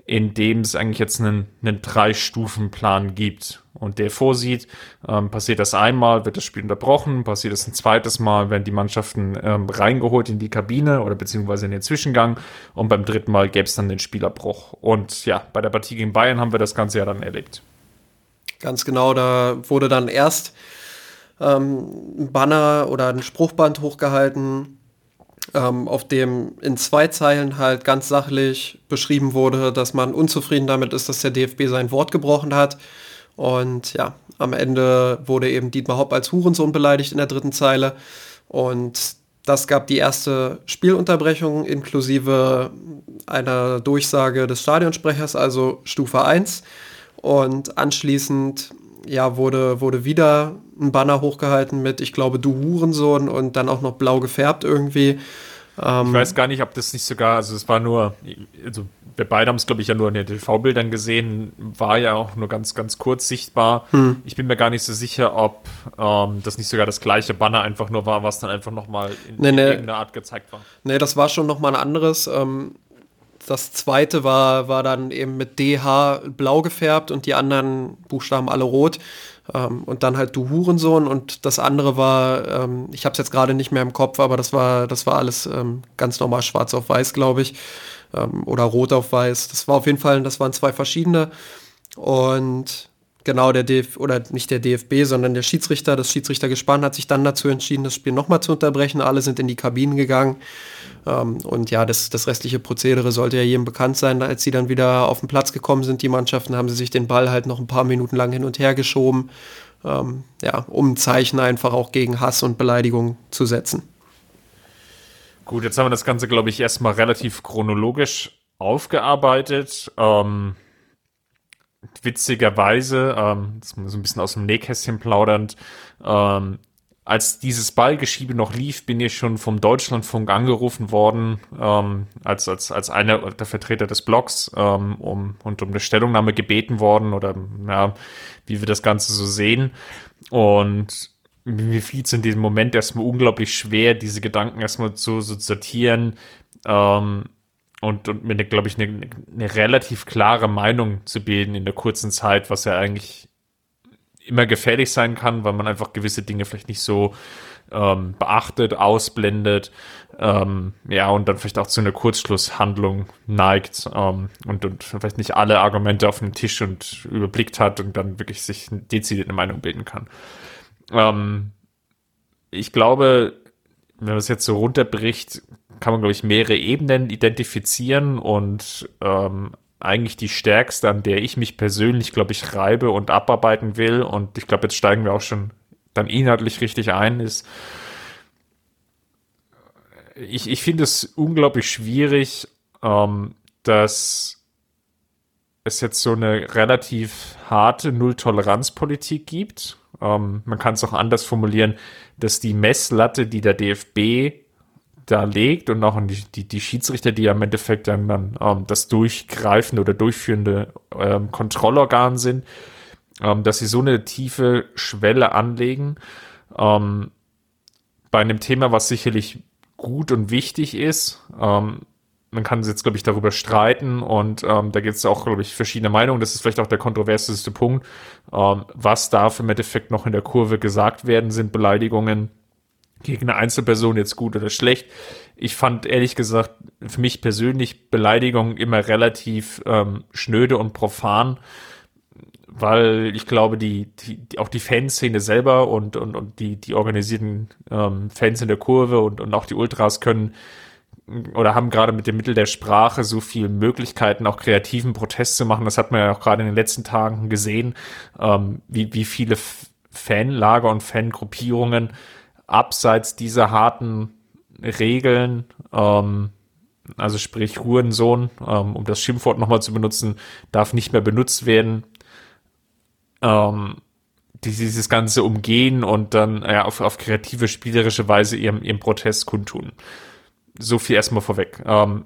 in dem es eigentlich jetzt einen, einen Drei-Stufen-Plan gibt. Und der vorsieht, ähm, passiert das einmal, wird das Spiel unterbrochen, passiert das ein zweites Mal, werden die Mannschaften ähm, reingeholt in die Kabine oder beziehungsweise in den Zwischengang und beim dritten Mal gäbe es dann den Spielabbruch. Und ja, bei der Partie gegen Bayern haben wir das Ganze ja dann erlebt. Ganz genau, da wurde dann erst ähm, ein Banner oder ein Spruchband hochgehalten, ähm, auf dem in zwei Zeilen halt ganz sachlich beschrieben wurde, dass man unzufrieden damit ist, dass der D F B sein Wort gebrochen hat. Und ja, am Ende wurde eben Dietmar Hopp als Hurensohn beleidigt in der dritten Zeile. Und das gab die erste Spielunterbrechung inklusive einer Durchsage des Stadionsprechers, also Stufe eins. Und anschließend ja, wurde, wurde wieder ein Banner hochgehalten mit, ich glaube, du Hurensohn und dann auch noch blau gefärbt irgendwie. Ähm, ich weiß gar nicht, ob das nicht sogar, also es war nur, also wir beide haben es, glaube ich, ja nur in den T V-Bildern gesehen, war ja auch nur ganz, ganz kurz sichtbar. Hm. Ich bin mir gar nicht so sicher, ob ähm, das nicht sogar das gleiche Banner einfach nur war, was dann einfach nochmal in, nee, in nee. irgendeiner Art gezeigt war. Nee, das war schon nochmal ein anderes. Ähm, das zweite war, war dann eben mit D H blau gefärbt und die anderen Buchstaben alle rot. Ähm, und dann halt du Hurensohn und das andere war, ähm, ich habe es jetzt gerade nicht mehr im Kopf, aber das war, das war alles ähm, ganz normal schwarz auf weiß, glaube ich. Oder rot auf weiß. Das war auf jeden Fall, das waren zwei verschiedene. Und genau, der D F, oder nicht der D F B, sondern der Schiedsrichter, das Schiedsrichtergespann hat sich dann dazu entschieden, das Spiel nochmal zu unterbrechen. Alle sind in die Kabinen gegangen. Und ja, das, das restliche Prozedere sollte ja jedem bekannt sein. Als sie dann wieder auf den Platz gekommen sind, die Mannschaften, haben sie sich den Ball halt noch ein paar Minuten lang hin und her geschoben. Ähm, ja, um ein Zeichen einfach auch gegen Hass und Beleidigung zu setzen. Gut, jetzt haben wir das Ganze, glaube ich, erstmal relativ chronologisch aufgearbeitet. Ähm, witzigerweise, ähm, so ein bisschen aus dem Nähkästchen plaudernd, ähm, als dieses Ballgeschiebe noch lief, bin ich schon vom Deutschlandfunk angerufen worden, ähm, als, als, als einer der Vertreter des Blogs, ähm, um, und um eine Stellungnahme gebeten worden oder ja, wie wir das Ganze so sehen. Und mir fiel es in diesem Moment erstmal unglaublich schwer, diese Gedanken erstmal zu, zu sortieren ähm, und, und mir, glaube ich, eine, eine relativ klare Meinung zu bilden in der kurzen Zeit, was ja eigentlich immer gefährlich sein kann, weil man einfach gewisse Dinge vielleicht nicht so ähm, beachtet, ausblendet, ähm, ja, und dann vielleicht auch zu einer Kurzschlusshandlung neigt ähm, und, und vielleicht nicht alle Argumente auf dem Tisch und überblickt hat und dann wirklich sich eine dezidierte Meinung bilden kann. Ähm, ich glaube, wenn man es jetzt so runterbricht, kann man, glaube ich, mehrere Ebenen identifizieren und ähm, eigentlich die stärkste, an der ich mich persönlich, glaube ich, reibe und abarbeiten will, und ich glaube, jetzt steigen wir auch schon dann inhaltlich richtig ein, ist, ich, ich finde es unglaublich schwierig, ähm, dass es jetzt so eine relativ harte Null-Toleranz-Politik gibt. Ähm, man kann es auch anders formulieren, dass die Messlatte, die der D F B da legt und auch die, die, die Schiedsrichter, die ja im Endeffekt dann, dann ähm, das durchgreifende oder durchführende ähm, Kontrollorgan sind, ähm, dass sie so eine tiefe Schwelle anlegen, ähm, bei einem Thema, was sicherlich gut und wichtig ist. Ähm, man kann jetzt, glaube ich, darüber streiten und ähm, da gibt es auch, glaube ich, verschiedene Meinungen. Das ist vielleicht auch der kontroverseste Punkt. Ähm, was darf im Endeffekt noch in der Kurve gesagt werden? Sind Beleidigungen gegen eine Einzelperson jetzt gut oder schlecht? Ich fand, ehrlich gesagt, für mich persönlich Beleidigungen immer relativ ähm, schnöde und profan, weil ich glaube, die, die auch die Fanszene selber und, und, und die, die organisierten ähm, Fans in der Kurve und, und auch die Ultras können oder haben gerade mit dem Mittel der Sprache so viele Möglichkeiten, auch kreativen Protest zu machen. Das hat man ja auch gerade in den letzten Tagen gesehen, ähm, wie, wie viele Fanlager und Fangruppierungen abseits dieser harten Regeln, ähm, also sprich Hurensohn, ähm, um das Schimpfwort nochmal zu benutzen, darf nicht mehr benutzt werden, ähm, die dieses Ganze umgehen und dann ja, auf, auf kreative, spielerische Weise ihrem, ihrem Protest kundtun. So viel erstmal vorweg. Ähm,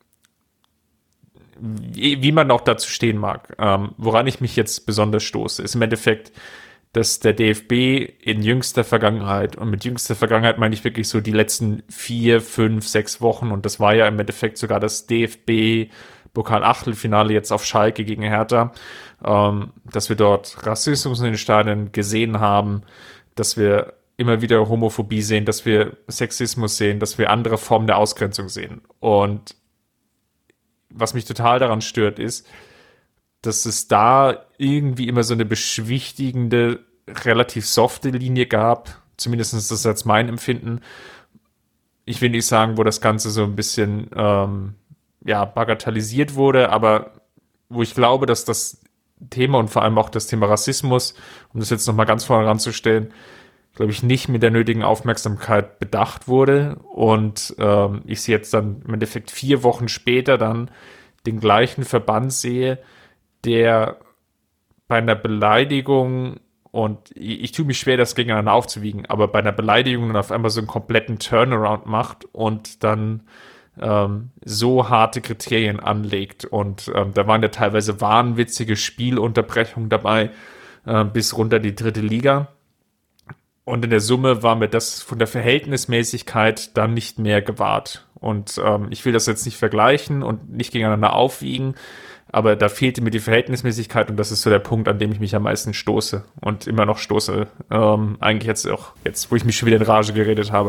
wie, wie man auch dazu stehen mag. Ähm, woran ich mich jetzt besonders stoße, ist im Endeffekt, dass der D F B in jüngster Vergangenheit, und mit jüngster Vergangenheit meine ich wirklich so die letzten vier, fünf, sechs Wochen, und das war ja im Endeffekt sogar das D F B Pokal-Achtelfinale jetzt auf Schalke gegen Hertha, ähm, dass wir dort Rassismus in den Stadien gesehen haben, dass wir immer wieder Homophobie sehen, dass wir Sexismus sehen, dass wir andere Formen der Ausgrenzung sehen. Und was mich total daran stört, ist, dass es da irgendwie immer so eine beschwichtigende, relativ softe Linie gab, zumindest ist das jetzt mein Empfinden. Ich will nicht sagen, wo das Ganze so ein bisschen ähm, ja, bagatellisiert wurde, aber wo ich glaube, dass das Thema und vor allem auch das Thema Rassismus, um das jetzt nochmal ganz vorne ranzustellen, glaube ich, nicht mit der nötigen Aufmerksamkeit bedacht wurde und ähm, ich sie jetzt dann im Endeffekt vier Wochen später dann den gleichen Verband sehe, der bei einer Beleidigung, und ich, ich tue mich schwer, das gegeneinander aufzuwiegen, aber bei einer Beleidigung dann auf einmal so einen kompletten Turnaround macht und dann ähm, so harte Kriterien anlegt. Und ähm, da waren ja teilweise wahnwitzige Spielunterbrechungen dabei, äh, bis runter die dritte Liga. Und in der Summe war mir das von der Verhältnismäßigkeit dann nicht mehr gewahrt. Und ähm, ich will das jetzt nicht vergleichen und nicht gegeneinander aufwiegen, aber da fehlte mir die Verhältnismäßigkeit und das ist so der Punkt, an dem ich mich am meisten stoße und immer noch stoße. Ähm, eigentlich jetzt auch, jetzt, wo ich mich schon wieder in Rage geredet habe.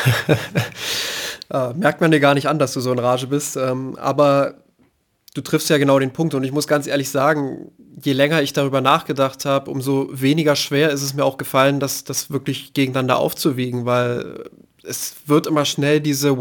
äh, merkt man dir gar nicht an, dass du so in Rage bist, ähm, aber du triffst ja genau den Punkt und ich muss ganz ehrlich sagen, je länger ich darüber nachgedacht habe, umso weniger schwer ist es mir auch gefallen, das, das wirklich gegeneinander aufzuwiegen, weil es wird immer schnell diese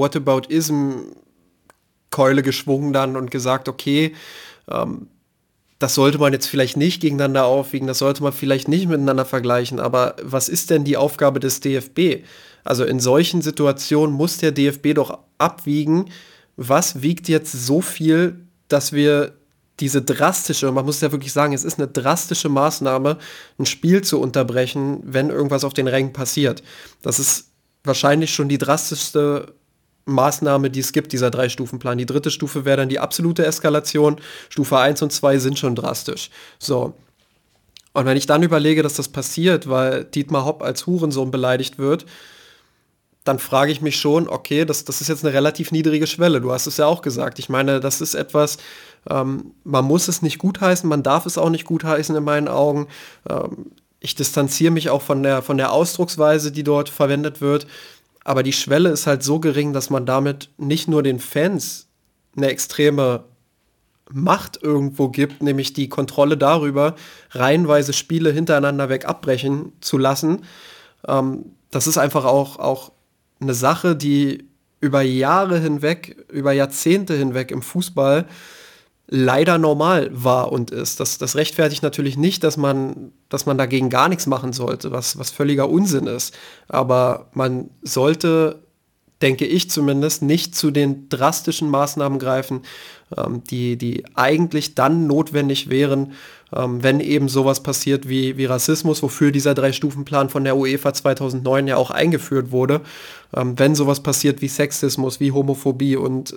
Whataboutism-Keule geschwungen dann und gesagt, okay, ähm, das sollte man jetzt vielleicht nicht gegeneinander aufwiegen, das sollte man vielleicht nicht miteinander vergleichen, aber was ist denn die Aufgabe des D F B? Also in solchen Situationen muss der D F B doch abwiegen, was wiegt jetzt so viel, dass wir diese drastische, man muss ja wirklich sagen, es ist eine drastische Maßnahme, ein Spiel zu unterbrechen, wenn irgendwas auf den Rängen passiert. Das ist wahrscheinlich schon die drastischste Maßnahme, die es gibt, dieser Drei-Stufen-Plan. Die dritte Stufe wäre dann die absolute Eskalation. Stufe eins und zwei sind schon drastisch. So. Und wenn ich dann überlege, dass das passiert, weil Dietmar Hopp als Hurensohn beleidigt wird, dann frage ich mich schon, okay, das, das ist jetzt eine relativ niedrige Schwelle. Du hast es ja auch gesagt. Ich meine, das ist etwas, ähm, man muss es nicht gutheißen, man darf es auch nicht gutheißen in meinen Augen. Ähm, ich distanziere mich auch von der, von der Ausdrucksweise, die dort verwendet wird. Aber die Schwelle ist halt so gering, dass man damit nicht nur den Fans eine extreme Macht irgendwo gibt, nämlich die Kontrolle darüber, reihenweise Spiele hintereinander weg abbrechen zu lassen. Ähm, das ist einfach auch, auch eine Sache, die über Jahre hinweg, über Jahrzehnte hinweg im Fußball leider normal war und ist. Das, das rechtfertigt natürlich nicht, dass man, dass man dagegen gar nichts machen sollte, was, was völliger Unsinn ist. Aber man sollte, denke ich zumindest, nicht zu den drastischen Maßnahmen greifen, ähm, die, die eigentlich dann notwendig wären, ähm, wenn eben sowas passiert wie, wie Rassismus, wofür dieser Drei-Stufen-Plan von der UEFA zweitausendneun ja auch eingeführt wurde. Ähm, wenn sowas passiert wie Sexismus, wie Homophobie und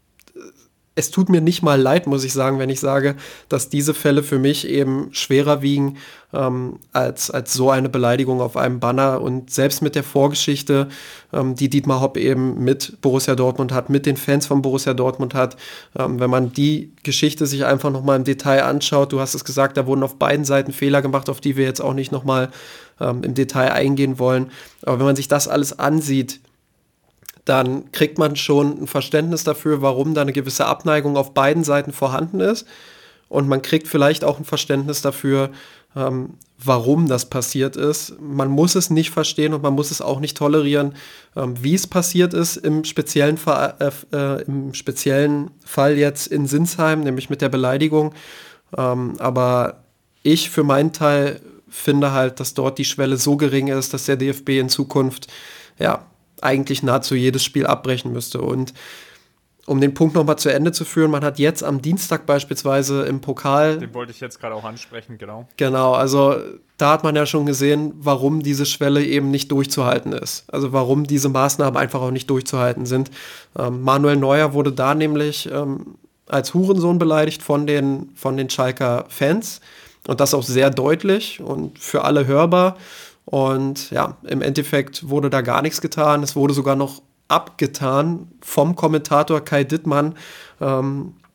es tut mir nicht mal leid, muss ich sagen, wenn ich sage, dass diese Fälle für mich eben schwerer wiegen ähm, als, als so eine Beleidigung auf einem Banner. Und selbst mit der Vorgeschichte, ähm, die Dietmar Hopp eben mit Borussia Dortmund hat, mit den Fans von Borussia Dortmund hat, ähm, wenn man die Geschichte sich einfach nochmal im Detail anschaut, du hast es gesagt, da wurden auf beiden Seiten Fehler gemacht, auf die wir jetzt auch nicht nochmal ähm, im Detail eingehen wollen. Aber wenn man sich das alles ansieht, dann kriegt man schon ein Verständnis dafür, warum da eine gewisse Abneigung auf beiden Seiten vorhanden ist. Und man kriegt vielleicht auch ein Verständnis dafür, ähm, warum das passiert ist. Man muss es nicht verstehen und man muss es auch nicht tolerieren, ähm, wie es passiert ist im speziellen, Fall, äh, äh, im speziellen Fall jetzt in Sinsheim, nämlich mit der Beleidigung. Ähm, aber ich für meinen Teil finde halt, dass dort die Schwelle so gering ist, dass der D F B in Zukunft, ja, eigentlich nahezu jedes Spiel abbrechen müsste. Und um den Punkt nochmal zu Ende zu führen, man hat jetzt am Dienstag beispielsweise im Pokal... Den wollte ich jetzt gerade auch ansprechen, genau. Genau, also da hat man ja schon gesehen, warum diese Schwelle eben nicht durchzuhalten ist. Also warum diese Maßnahmen einfach auch nicht durchzuhalten sind. Ähm, Manuel Neuer wurde da nämlich ähm, als Hurensohn beleidigt von den, von den Schalker Fans. Und das auch sehr deutlich und für alle hörbar. Und ja, im Endeffekt wurde da gar nichts getan. Es wurde sogar noch abgetan vom Kommentator Kai Dittmann, ähm,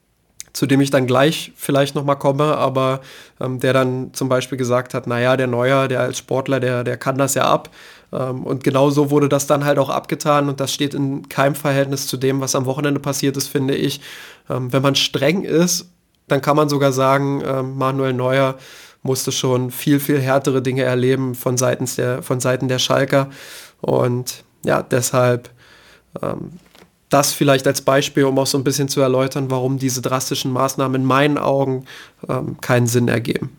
zu dem ich dann gleich vielleicht nochmal komme, aber ähm, der dann zum Beispiel gesagt hat, naja, der Neuer, der als Sportler, der, der kann das ja ab. Ähm, und genau so wurde das dann halt auch abgetan und das steht in keinem Verhältnis zu dem, was am Wochenende passiert ist, finde ich. Ähm, wenn man streng ist, dann kann man sogar sagen, ähm, Manuel Neuer musste schon viel, viel härtere Dinge erleben von seitens der, von Seiten der Schalker. Und ja, deshalb ähm, das vielleicht als Beispiel, um auch so ein bisschen zu erläutern, warum diese drastischen Maßnahmen in meinen Augen ähm, keinen Sinn ergeben.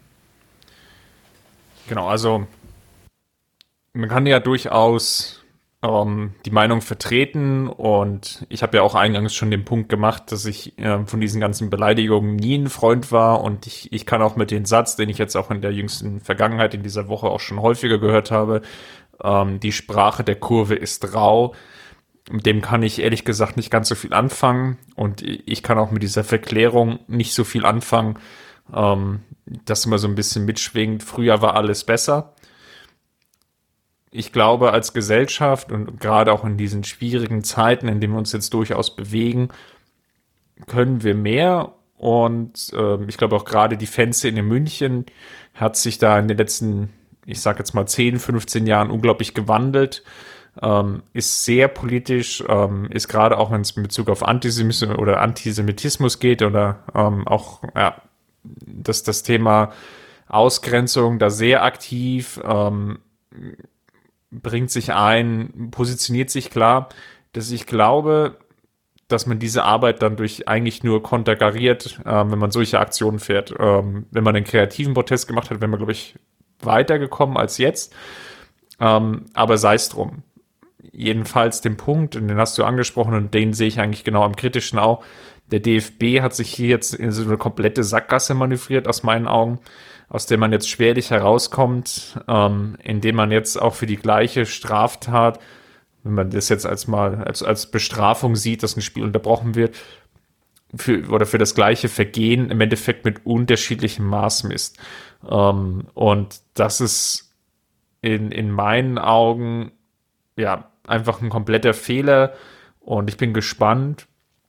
Genau, also man kann ja durchaus ähm, die Meinung vertreten und ich habe ja auch eingangs schon den Punkt gemacht, dass ich äh, von diesen ganzen Beleidigungen nie ein Freund war und ich, ich kann auch mit dem Satz, den ich jetzt auch in der jüngsten Vergangenheit in dieser Woche auch schon häufiger gehört habe, ähm, die Sprache der Kurve ist rau, mit dem kann ich ehrlich gesagt nicht ganz so viel anfangen und ich kann auch mit dieser Verklärung nicht so viel anfangen, ähm, dass immer so ein bisschen mitschwingt, früher war alles besser. Ich glaube, als Gesellschaft und gerade auch in diesen schwierigen Zeiten, in denen wir uns jetzt durchaus bewegen, können wir mehr und äh, ich glaube auch gerade die Fanszene in München hat sich da in den letzten, ich sage jetzt mal zehn, fünfzehn Jahren unglaublich gewandelt. Ähm, ist sehr politisch, ähm, ist gerade auch, wenn es in Bezug auf Antisemitismus oder Antisemitismus geht oder ähm, auch ja, das, das Thema Ausgrenzung da sehr aktiv, ähm, bringt sich ein, positioniert sich klar, dass ich glaube, dass man diese Arbeit dann durch eigentlich nur konterkariert, ähm, wenn man solche Aktionen fährt. Ähm, wenn man einen kreativen Protest gemacht hat, wäre man, glaube ich, weitergekommen als jetzt. Ähm, aber sei es drum. Jedenfalls den Punkt, und den hast du angesprochen und den sehe ich eigentlich genau am kritischen auch. Der D F B hat sich hier jetzt in so eine komplette Sackgasse manövriert, aus meinen Augen, aus der man jetzt schwerlich herauskommt, ähm, indem man jetzt auch für die gleiche Straftat, wenn man das jetzt als mal als, als Bestrafung sieht, dass ein Spiel unterbrochen wird, für, oder für das gleiche Vergehen im Endeffekt mit unterschiedlichem Maß misst. Ähm, und das ist in, in meinen Augen ja einfach ein kompletter Fehler und ich bin gespannt,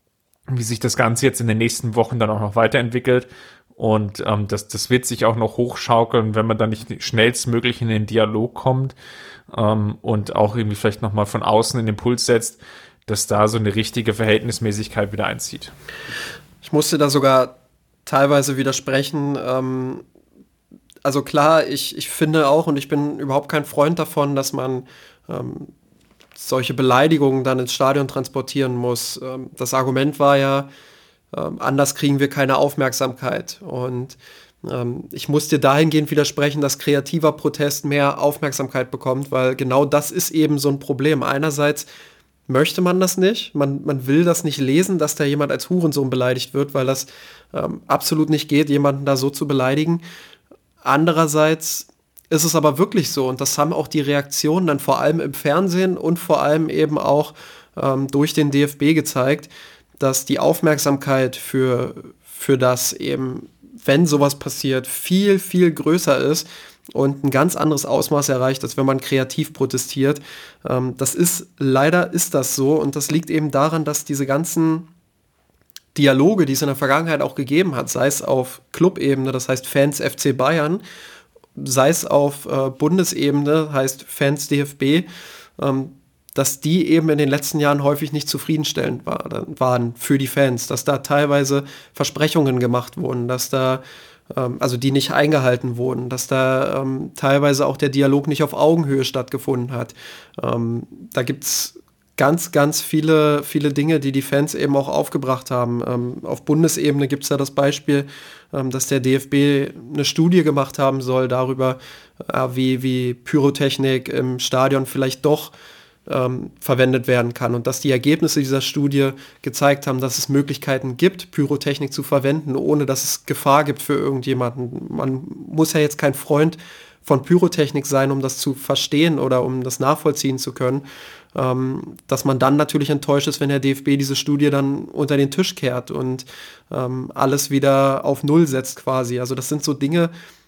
wie sich das Ganze jetzt in den nächsten Wochen dann auch noch weiterentwickelt und ähm, das, das wird sich auch noch hochschaukeln, wenn man dann nicht schnellstmöglich in den Dialog kommt ähm, und auch irgendwie vielleicht nochmal von außen in den Impuls setzt, dass da so eine richtige Verhältnismäßigkeit wieder einzieht. Ich musste da sogar teilweise widersprechen. Ähm, also klar, ich, ich finde auch und ich bin überhaupt kein Freund davon, dass man ähm, solche Beleidigungen dann ins Stadion transportieren muss. Ähm, das Argument war ja, ähm, anders kriegen wir keine Aufmerksamkeit. Und ähm, ich muss dir dahingehend widersprechen, dass kreativer Protest mehr Aufmerksamkeit bekommt, weil genau das ist eben so ein Problem. Einerseits möchte man das nicht, man, man will das nicht lesen, dass da jemand als Hurensohn beleidigt wird, weil das ähm, absolut nicht geht, jemanden da so zu beleidigen. Andererseits ist es aber wirklich so und das haben auch die Reaktionen dann vor allem im Fernsehen und vor allem eben auch ähm, durch den D F B gezeigt, dass die Aufmerksamkeit für, für das eben, wenn sowas passiert, viel, viel größer ist und ein ganz anderes Ausmaß erreicht, als wenn man kreativ protestiert. Ähm, das ist, leider ist das so und das liegt eben daran, dass diese ganzen Dialoge, die es in der Vergangenheit auch gegeben hat, sei es auf Clubebene, das heißt Fans F C Bayern, sei es auf äh, Bundesebene, heißt Fans D F B, ähm, dass die eben in den letzten Jahren häufig nicht zufriedenstellend war, waren für die Fans, dass da teilweise Versprechungen gemacht wurden, dass da, ähm, also die nicht eingehalten wurden, dass da ähm, teilweise auch der Dialog nicht auf Augenhöhe stattgefunden hat. Ähm, da gibt's ganz, ganz viele, viele Dinge, die die Fans eben auch aufgebracht haben. Ähm, auf Bundesebene gibt es da das Beispiel, ähm, dass der D F B eine Studie gemacht haben soll darüber, äh, wie, wie Pyrotechnik im Stadion vielleicht doch ähm, verwendet werden kann und dass die Ergebnisse dieser Studie gezeigt haben, dass es Möglichkeiten gibt, Pyrotechnik zu verwenden, ohne dass es Gefahr gibt für irgendjemanden. Man muss ja jetzt kein Freund von Pyrotechnik sein, um das zu verstehen oder um das nachvollziehen zu können. Ähm, dass man dann natürlich enttäuscht ist, wenn der D F B diese Studie dann unter den Tisch kehrt und ähm, alles wieder auf Null setzt quasi. Also das sind so Dinge,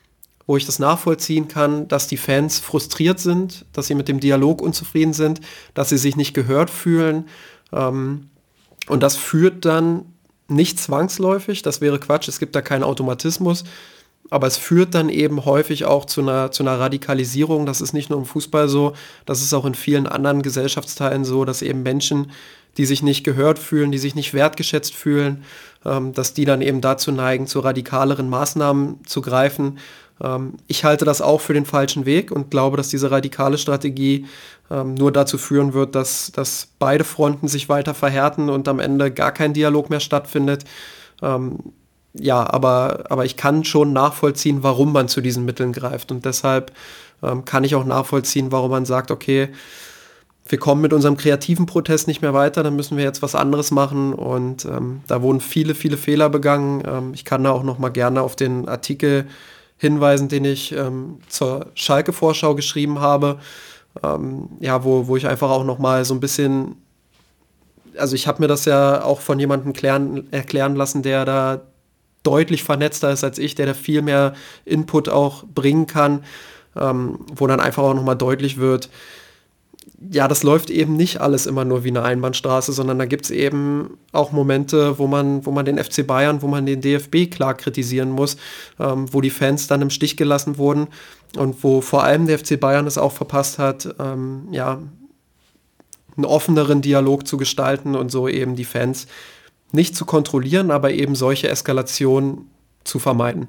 wo ich das nachvollziehen kann, dass die Fans frustriert sind, dass sie mit dem Dialog unzufrieden sind, dass sie sich nicht gehört fühlen. Ähm, und das führt dann nicht zwangsläufig, das wäre Quatsch, es gibt da keinen Automatismus, aber es führt dann eben häufig auch zu einer, zu einer Radikalisierung. Das ist nicht nur im Fußball so, das ist auch in vielen anderen Gesellschaftsteilen so, dass eben Menschen, die sich nicht gehört fühlen, die sich nicht wertgeschätzt fühlen, ähm, dass die dann eben dazu neigen, zu radikaleren Maßnahmen zu greifen. Ähm, ich halte das auch für den falschen Weg und glaube, dass diese radikale Strategie ähm, nur dazu führen wird, dass, dass beide Fronten sich weiter verhärten und am Ende gar kein Dialog mehr stattfindet. Ähm, Ja, aber, aber ich kann schon nachvollziehen, warum man zu diesen Mitteln greift. Und deshalb ähm, kann ich auch nachvollziehen, warum man sagt, okay, wir kommen mit unserem kreativen Protest nicht mehr weiter, dann müssen wir jetzt was anderes machen. Und ähm, da wurden viele, viele Fehler begangen. Ähm, ich kann da auch noch mal gerne auf den Artikel hinweisen, den ich ähm, zur Schalke-Vorschau geschrieben habe. Ähm, ja, wo, wo ich einfach auch noch mal so ein bisschen, also ich habe mir das ja auch von jemandem klären, erklären lassen, der da deutlich vernetzter ist als ich, der da viel mehr Input auch bringen kann, ähm, wo dann einfach auch nochmal deutlich wird, ja, das läuft eben nicht alles immer nur wie eine Einbahnstraße, sondern da gibt es eben auch Momente, wo man, wo man den F C Bayern, wo man den D F B klar kritisieren muss, ähm, wo die Fans dann im Stich gelassen wurden und wo vor allem der F C Bayern es auch verpasst hat, ähm, ja, einen offeneren Dialog zu gestalten und so eben die Fans nicht zu kontrollieren, aber eben solche Eskalationen zu vermeiden.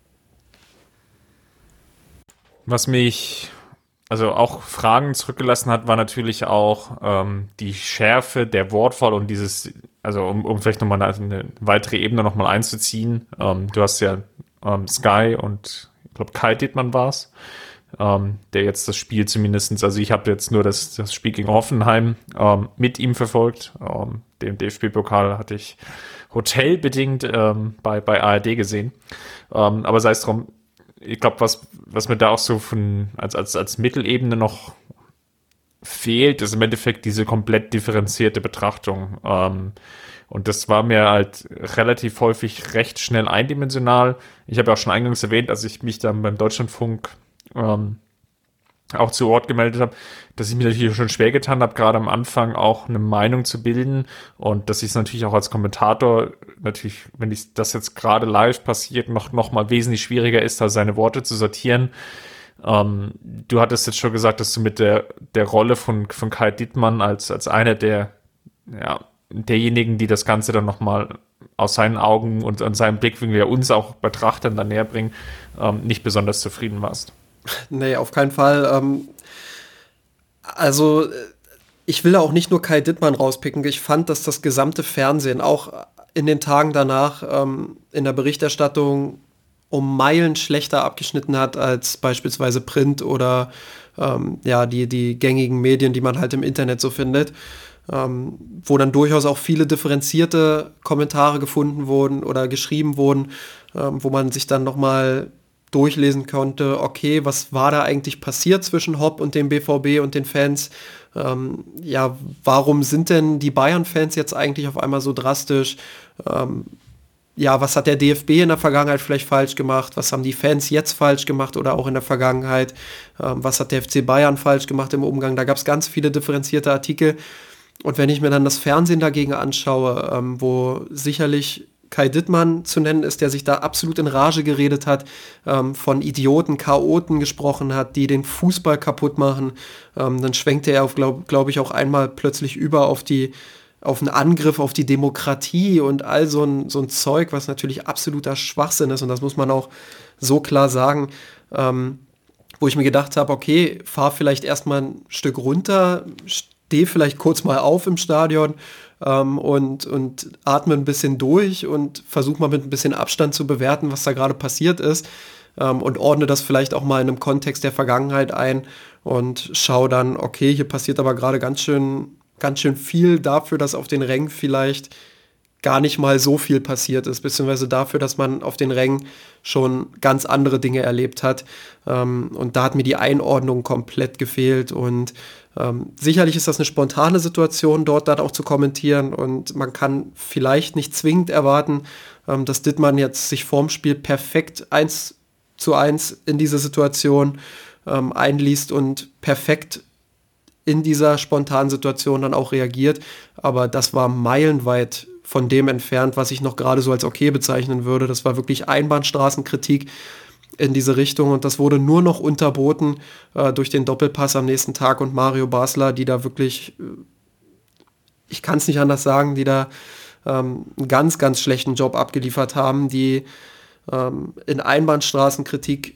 Was mich also auch Fragen zurückgelassen hat, war natürlich auch ähm, die Schärfe der Wortwahl und dieses, also um, um vielleicht nochmal eine, eine weitere Ebene nochmal einzuziehen. Ähm, du hast ja ähm, Sky und ich glaube Kai Dittmann war es, ähm, der jetzt das Spiel zumindestens, also ich habe jetzt nur das, das Spiel gegen Hoffenheim ähm, mit ihm verfolgt. Ähm, den D F B-Pokal hatte ich hotelbedingt ähm, bei, bei A R D gesehen. Ähm, aber sei es drum, ich glaube, was, was mir da auch so von als, als, als Mittelebene noch fehlt, ist im Endeffekt diese komplett differenzierte Betrachtung. Ähm, und das war mir halt relativ häufig recht schnell eindimensional. Ich habe ja auch schon eingangs erwähnt, als ich mich dann beim Deutschlandfunk ähm, auch zu Ort gemeldet habe, dass ich mir natürlich schon schwer getan habe, gerade am Anfang auch eine Meinung zu bilden und dass ich es natürlich auch als Kommentator natürlich, wenn ich das jetzt gerade live passiert, noch, noch mal wesentlich schwieriger ist, da seine Worte zu sortieren. Ähm, du hattest jetzt schon gesagt, dass du mit der, der Rolle von, von Kai Dittmann als, als einer der, ja, derjenigen, die das Ganze dann noch mal aus seinen Augen und an seinem Blickwinkel ja uns auch Betrachtern dann näher bringen, ähm, nicht besonders zufrieden warst. Nee, auf keinen Fall. Ähm, also ich will da auch nicht nur Kai Dittmann rauspicken. Ich fand, dass das gesamte Fernsehen auch in den Tagen danach ähm, in der Berichterstattung um Meilen schlechter abgeschnitten hat als beispielsweise Print oder ähm, ja, die, die gängigen Medien, die man halt im Internet so findet. Ähm, wo dann durchaus auch viele differenzierte Kommentare gefunden wurden oder geschrieben wurden, ähm, wo man sich dann nochmal durchlesen konnte, okay, was war da eigentlich passiert zwischen Hopp und dem B V B und den Fans? Ähm, ja, warum sind denn die Bayern-Fans jetzt eigentlich auf einmal so drastisch? Ähm, ja, was hat der D F B in der Vergangenheit vielleicht falsch gemacht? Was haben die Fans jetzt falsch gemacht oder auch in der Vergangenheit? Ähm, was hat der F C Bayern falsch gemacht im Umgang? Da gab es ganz viele differenzierte Artikel. Und wenn ich mir dann das Fernsehen dagegen anschaue, ähm, wo sicherlich Kai Dittmann zu nennen ist, der sich da absolut in Rage geredet hat, ähm, von Idioten, Chaoten gesprochen hat, die den Fußball kaputt machen, ähm, dann schwenkte er auf, glaube glaub ich, auch einmal plötzlich über auf die, auf einen Angriff auf die Demokratie und all so ein, so ein Zeug, was natürlich absoluter Schwachsinn ist und das muss man auch so klar sagen, ähm, wo ich mir gedacht habe, okay, fahr vielleicht erstmal ein Stück runter, steh vielleicht kurz mal auf im Stadion, Ähm, und, und atme ein bisschen durch und versuche mal mit ein bisschen Abstand zu bewerten, was da gerade passiert ist ähm, und ordne das vielleicht auch mal in einem Kontext der Vergangenheit ein und schaue dann, okay, hier passiert aber gerade ganz schön, ganz schön viel dafür, dass auf den Rängen vielleicht gar nicht mal so viel passiert ist, beziehungsweise dafür, dass man auf den Rängen schon ganz andere Dinge erlebt hat. Ähm, und da hat mir die Einordnung komplett gefehlt und Ähm, sicherlich ist das eine spontane Situation, dort dann auch zu kommentieren und man kann vielleicht nicht zwingend erwarten, ähm, dass Dittmann jetzt sich vorm Spiel perfekt eins zu eins in diese Situation ähm, einliest und perfekt in dieser spontanen Situation dann auch reagiert, aber das war meilenweit von dem entfernt, was ich noch gerade so als okay bezeichnen würde. Das war wirklich Einbahnstraßenkritik in diese Richtung und das wurde nur noch unterboten äh, durch den Doppelpass am nächsten Tag und Mario Basler, die da wirklich, äh, ich kann es nicht anders sagen, die da ähm, einen ganz, ganz schlechten Job abgeliefert haben, die ähm, in Einbahnstraßenkritik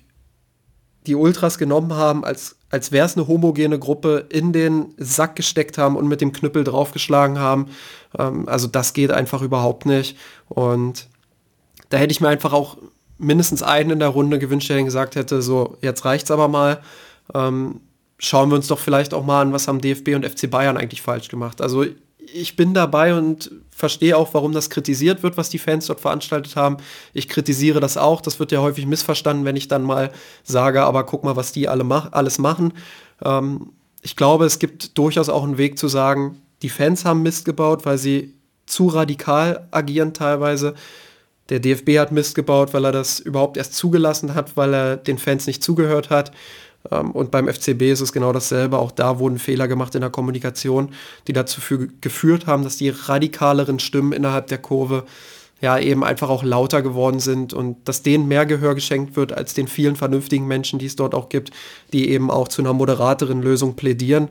die Ultras genommen haben, als, als wäre es eine homogene Gruppe, in den Sack gesteckt haben und mit dem Knüppel draufgeschlagen haben. Ähm, also das geht einfach überhaupt nicht. Und da hätte ich mir einfach auch mindestens einen in der Runde gewünscht, der gesagt hätte, so, jetzt reicht's aber mal. Ähm, schauen wir uns doch vielleicht auch mal an, was haben D F B und F C Bayern eigentlich falsch gemacht. Also ich bin dabei und verstehe auch, warum das kritisiert wird, was die Fans dort veranstaltet haben. Ich kritisiere das auch. Das wird ja häufig missverstanden, wenn ich dann mal sage, aber guck mal, was die alle mach- alles machen. Ähm, ich glaube, es gibt durchaus auch einen Weg zu sagen, die Fans haben Mist gebaut, weil sie zu radikal agieren teilweise. Der D F B hat Mist gebaut, weil er das überhaupt erst zugelassen hat, weil er den Fans nicht zugehört hat. Und beim F C B ist es genau dasselbe. Auch da wurden Fehler gemacht in der Kommunikation, die dazu für, geführt haben, dass die radikaleren Stimmen innerhalb der Kurve ja eben einfach auch lauter geworden sind und dass denen mehr Gehör geschenkt wird als den vielen vernünftigen Menschen, die es dort auch gibt, die eben auch zu einer moderateren Lösung plädieren.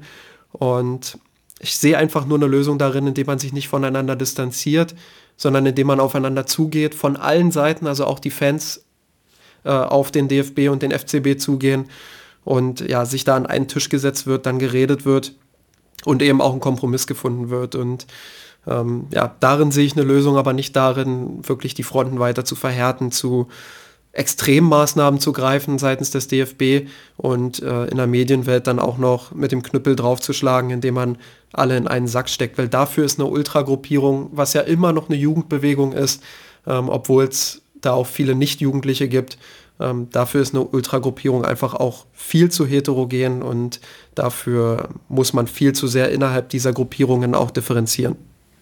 Und ich sehe einfach nur eine Lösung darin, indem man sich nicht voneinander distanziert, sondern indem man aufeinander zugeht, von allen Seiten, also auch die Fans äh, auf den D F B und den F C B zugehen und ja, sich da an einen Tisch gesetzt wird, dann geredet wird und eben auch ein Kompromiss gefunden wird. Und ähm, ja, darin sehe ich eine Lösung, aber nicht darin, wirklich die Fronten weiter zu verhärten, zu Extremmaßnahmen zu greifen seitens des D F B und äh, in der Medienwelt dann auch noch mit dem Knüppel draufzuschlagen, indem man alle in einen Sack steckt. Weil dafür ist eine Ultragruppierung, was ja immer noch eine Jugendbewegung ist, ähm, obwohl es da auch viele Nicht-Jugendliche gibt, Ähm, dafür ist eine Ultragruppierung einfach auch viel zu heterogen und dafür muss man viel zu sehr innerhalb dieser Gruppierungen auch differenzieren.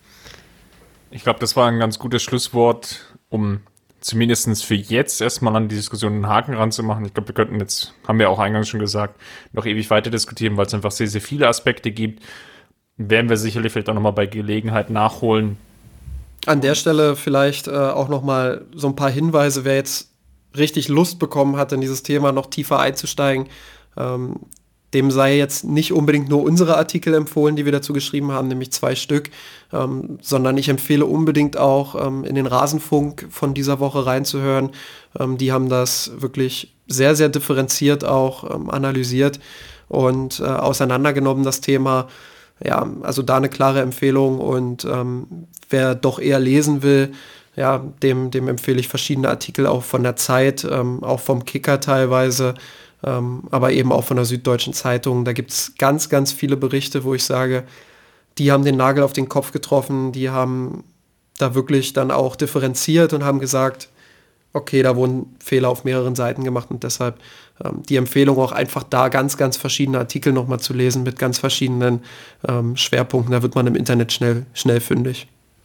Ich glaube, das war ein ganz gutes Schlusswort, um zumindest für jetzt erstmal an die Diskussion einen Haken ranzumachen. Ich glaube, wir könnten jetzt, haben wir auch eingangs schon gesagt, noch ewig weiter diskutieren, weil es einfach sehr, sehr viele Aspekte gibt. Werden wir sicherlich vielleicht auch nochmal bei Gelegenheit nachholen. An der Stelle vielleicht äh, auch nochmal so ein paar Hinweise, wer jetzt richtig Lust bekommen hat, in dieses Thema noch tiefer einzusteigen. Ähm, dem sei jetzt nicht unbedingt nur unsere Artikel empfohlen, die wir dazu geschrieben haben, nämlich zwei Stück, ähm, sondern ich empfehle unbedingt auch ähm, in den Rasenfunk von dieser Woche reinzuhören. Ähm, die haben das wirklich sehr, sehr differenziert auch ähm, analysiert und äh, auseinandergenommen, das Thema. Ja, also da eine klare Empfehlung und ähm, wer doch eher lesen will, ja, dem, dem empfehle ich verschiedene Artikel auch von der Zeit, ähm, auch vom Kicker teilweise, ähm, aber eben auch von der Süddeutschen Zeitung. Da gibt es ganz, ganz viele Berichte, wo ich sage, die haben den Nagel auf den Kopf getroffen, die haben da wirklich dann auch differenziert und haben gesagt, okay, da wurden Fehler auf mehreren Seiten gemacht und deshalb ähm, die Empfehlung auch einfach da ganz, ganz verschiedene Artikel nochmal zu lesen mit ganz verschiedenen ähm, Schwerpunkten. Da wird man im Internet schnell, schnell fündig.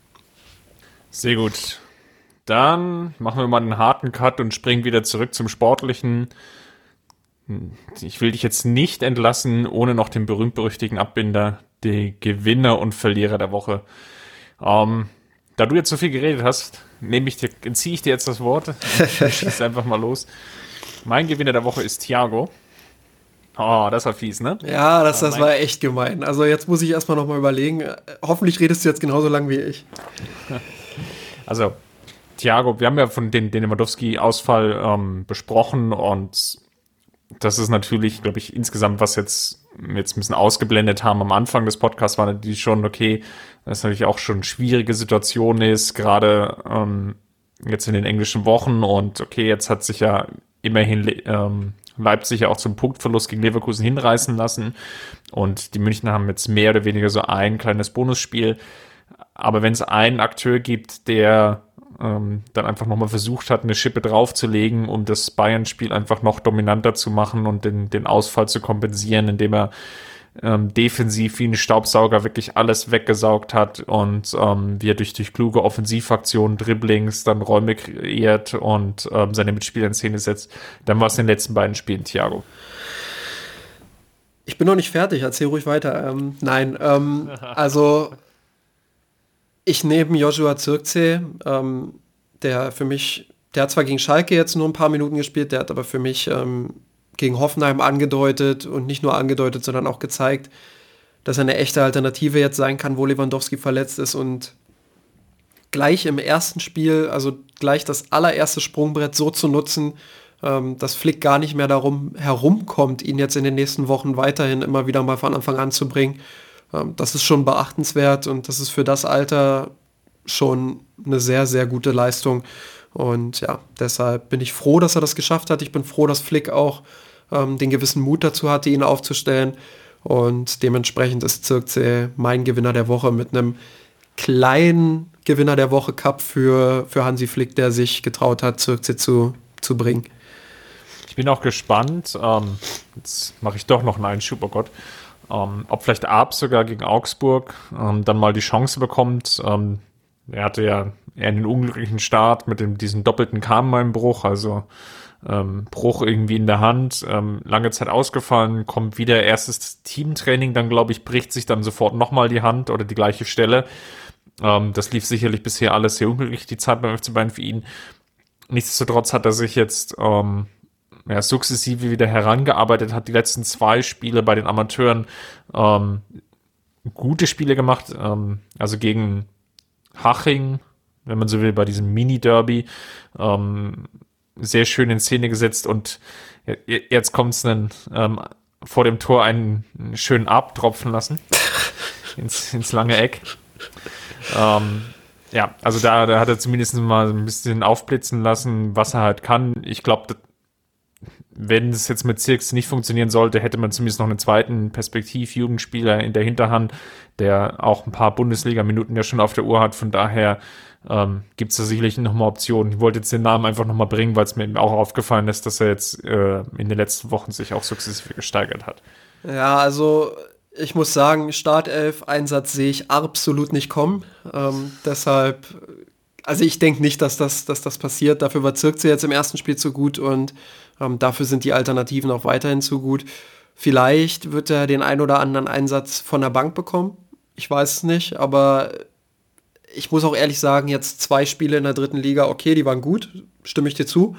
Sehr gut. Dann machen wir mal einen harten Cut und springen wieder zurück zum Sportlichen. Ich will dich jetzt nicht entlassen, ohne noch den berühmt-berüchtigten Abbinder, die Gewinner und Verlierer der Woche. Ähm, da du jetzt so viel geredet hast, nehme ich dir, entziehe ich dir jetzt das Wort. Schieß einfach mal los. Mein Gewinner der Woche ist Thiago. Oh, das war fies, ne? Ja, das, das war echt gemein. Also jetzt muss ich erstmal nochmal überlegen. Hoffentlich redest du jetzt genauso lang wie ich. Also, Thiago, wir haben ja von den, den Lewandowski-Ausfall ähm, besprochen und das ist natürlich, glaube ich, insgesamt, was jetzt, jetzt ein bisschen ausgeblendet haben am Anfang des Podcasts, war natürlich schon okay, dass es natürlich auch schon eine schwierige Situation ist, gerade ähm, jetzt in den englischen Wochen und okay, jetzt hat sich ja immerhin ähm, Leipzig ja auch zum Punktverlust gegen Leverkusen hinreißen lassen und die Münchner haben jetzt mehr oder weniger so ein kleines Bonusspiel. Aber wenn es einen Akteur gibt, der ähm, dann einfach nochmal versucht hat, eine Schippe draufzulegen, um das Bayern-Spiel einfach noch dominanter zu machen und den, den Ausfall zu kompensieren, indem er ähm, defensiv wie ein Staubsauger wirklich alles weggesaugt hat und ähm, wie er durch, durch kluge Offensivaktionen, Dribblings dann Räume kreiert und ähm, seine Mitspieler in Szene setzt, dann war es in den letzten beiden Spielen Thiago. Ich bin noch nicht fertig, erzähl ruhig weiter. Ähm, nein, ähm, also Ich nehme Joshua Zirkzee, ähm, der für mich, der hat zwar gegen Schalke jetzt nur ein paar Minuten gespielt, der hat aber für mich ähm, gegen Hoffenheim angedeutet und nicht nur angedeutet, sondern auch gezeigt, dass er eine echte Alternative jetzt sein kann, wo Lewandowski verletzt ist und gleich im ersten Spiel, also gleich das allererste Sprungbrett so zu nutzen, ähm, dass Flick gar nicht mehr darum herumkommt, ihn jetzt in den nächsten Wochen weiterhin immer wieder mal von Anfang an zu bringen. Ähm, das ist schon beachtenswert und das ist für das Alter schon eine sehr, sehr gute Leistung. Und ja, deshalb bin ich froh, dass er das geschafft hat. Ich bin froh, dass Flick auch ähm, den gewissen Mut dazu hatte, ihn aufzustellen. Und dementsprechend ist Zirkzee mein Gewinner der Woche mit einem kleinen Gewinner der Woche Cup für, für Hansi Flick, der sich getraut hat, Zirkzee zu, zu bringen. Ich bin auch gespannt, ähm, jetzt mache ich doch noch einen Einschub, oh Gott, ähm, ob vielleicht Arp sogar gegen Augsburg ähm, dann mal die Chance bekommt. Ähm, er hatte ja eher einen unglücklichen Start mit dem, diesem doppelten Kahnbeinbruch, also ähm, Bruch irgendwie in der Hand, ähm, lange Zeit ausgefallen, kommt wieder erstes Teamtraining, dann glaube ich, bricht sich dann sofort nochmal die Hand oder die gleiche Stelle. Ähm, das lief sicherlich bisher alles sehr unglücklich, die Zeit beim F C Bayern für ihn. Nichtsdestotrotz hat er sich jetzt ähm, ja, sukzessive wieder herangearbeitet, hat die letzten zwei Spiele bei den Amateuren ähm, gute Spiele gemacht, ähm, also gegen Haching, wenn man so will, bei diesem Mini-Derby, ähm, sehr schön in Szene gesetzt und jetzt kommt es dann ähm, vor dem Tor einen schönen abtropfen lassen ins, ins lange Eck. Ähm, ja, also da, da hat er zumindest mal ein bisschen aufblitzen lassen, was er halt kann. Ich glaube, wenn es jetzt mit Zirkzee nicht funktionieren sollte, hätte man zumindest noch einen zweiten Perspektiv-Jugendspieler in der Hinterhand, der auch ein paar Bundesliga-Minuten ja schon auf der Uhr hat. Von daher ähm, gibt es da sicherlich nochmal Optionen. Ich wollte jetzt den Namen einfach nochmal bringen, weil es mir eben auch aufgefallen ist, dass er jetzt äh, in den letzten Wochen sich auch sukzessive gesteigert hat. Ja, also ich muss sagen, Startelf-Einsatz sehe ich absolut nicht kommen. Ähm, deshalb, also ich denke nicht, dass das, dass das passiert. Dafür war Zirkzee jetzt im ersten Spiel zu gut und ähm, dafür sind die Alternativen auch weiterhin zu gut. Vielleicht wird er den ein oder anderen Einsatz von der Bank bekommen. Ich weiß es nicht, aber ich muss auch ehrlich sagen, jetzt zwei Spiele in der dritten Liga, okay, die waren gut, stimme ich dir zu.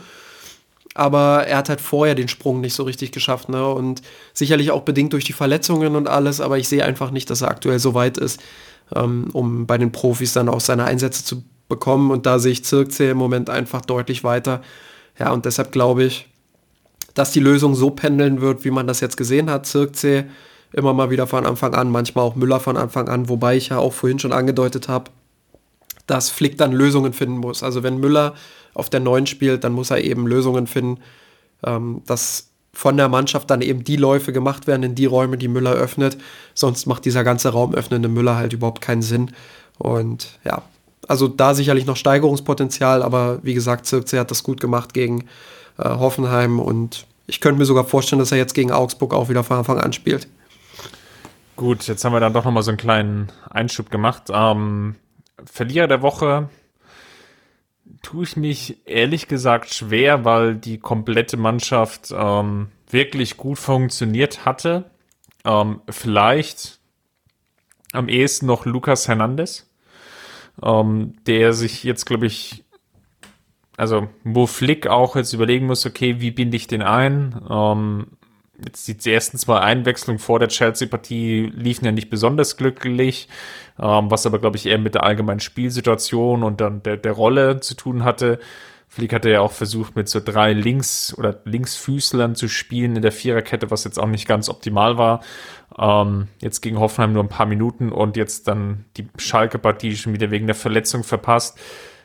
Aber er hat halt vorher den Sprung nicht so richtig geschafft, ne? Und sicherlich auch bedingt durch die Verletzungen und alles, aber ich sehe einfach nicht, dass er aktuell so weit ist, ähm, um bei den Profis dann auch seine Einsätze zu bekommen. Und da sehe ich Zirkzee im Moment einfach deutlich weiter. Ja, und deshalb glaube ich, dass die Lösung so pendeln wird, wie man das jetzt gesehen hat. Zirkzee immer mal wieder von Anfang an, manchmal auch Müller von Anfang an, wobei ich ja auch vorhin schon angedeutet habe, dass Flick dann Lösungen finden muss. Also wenn Müller auf der neun spielt, dann muss er eben Lösungen finden, ähm, dass von der Mannschaft dann eben die Läufe gemacht werden in die Räume, die Müller öffnet. Sonst macht dieser ganze raumöffnende Müller halt überhaupt keinen Sinn. Und ja, also da sicherlich noch Steigerungspotenzial, aber wie gesagt, Zirkzee hat das gut gemacht gegen äh, Hoffenheim und ich könnte mir sogar vorstellen, dass er jetzt gegen Augsburg auch wieder von Anfang an spielt. Gut, jetzt haben wir dann doch nochmal so einen kleinen Einschub gemacht. Ähm, Verlierer der Woche tue ich mich ehrlich gesagt schwer, weil die komplette Mannschaft ähm, wirklich gut funktioniert hatte. Ähm, vielleicht am ehesten noch Lucas Hernandez, ähm, der sich jetzt, glaube ich, also wo Flick auch jetzt überlegen muss, okay, wie binde ich den ein? Ähm, jetzt die ersten zwei Einwechslungen vor der Chelsea-Partie liefen ja nicht besonders glücklich, ähm, was aber, glaube ich, eher mit der allgemeinen Spielsituation und dann der, der Rolle zu tun hatte. Flick hatte ja auch versucht, mit so drei Links- oder Linksfüßlern zu spielen in der Viererkette, was jetzt auch nicht ganz optimal war. Ähm, jetzt gegen Hoffenheim nur ein paar Minuten und jetzt dann die Schalke-Partie schon wieder wegen der Verletzung verpasst.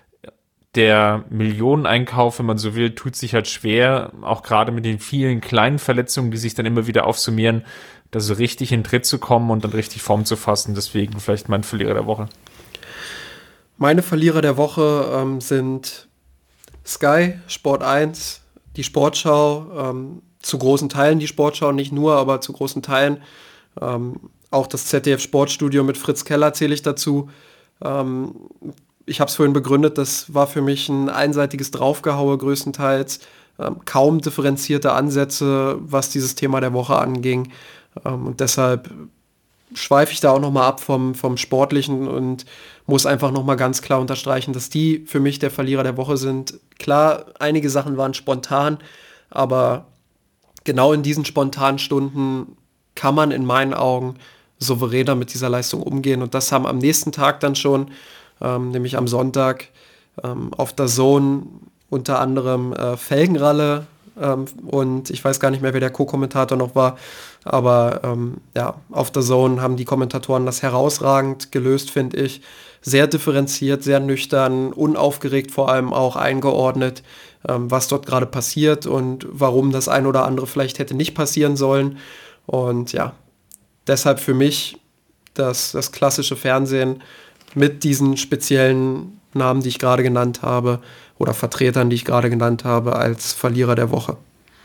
Der Millioneneinkauf, wenn man so will, tut sich halt schwer, auch gerade mit den vielen kleinen Verletzungen, die sich dann immer wieder aufsummieren, da so richtig in den Tritt zu kommen und dann richtig Form zu fassen. Deswegen vielleicht mein Verlierer der Woche. Meine Verlierer der Woche ähm, sind Sky, Sport eins, die Sportschau, ähm, zu großen Teilen die Sportschau, nicht nur, aber zu großen Teilen. Ähm, auch das Z D F-Sportstudio mit Fritz Keller zähle ich dazu. Ähm, Ich habe es vorhin begründet, das war für mich ein einseitiges Draufgehaue größtenteils, ähm, kaum differenzierte Ansätze, was dieses Thema der Woche anging. Ähm, und deshalb schweife ich da auch nochmal ab vom, vom Sportlichen und muss einfach nochmal ganz klar unterstreichen, dass die für mich der Verlierer der Woche sind. Klar, einige Sachen waren spontan, aber genau in diesen spontanen Stunden kann man in meinen Augen souveräner mit dieser Leistung umgehen. Und das haben am nächsten Tag dann schon, ähm, nämlich am Sonntag, ähm, auf der Zone unter anderem äh, Felgenralle ähm, und ich weiß gar nicht mehr, wer der Co-Kommentator noch war, aber ähm, ja, auf der Zone haben die Kommentatoren das herausragend gelöst, finde ich. Sehr differenziert, sehr nüchtern, unaufgeregt vor allem auch eingeordnet, ähm, was dort gerade passiert und warum das ein oder andere vielleicht hätte nicht passieren sollen. Und ja, deshalb für mich das, das klassische Fernsehen mit diesen speziellen Namen, die ich gerade genannt habe, oder Vertretern, die ich gerade genannt habe, als Verlierer der Woche.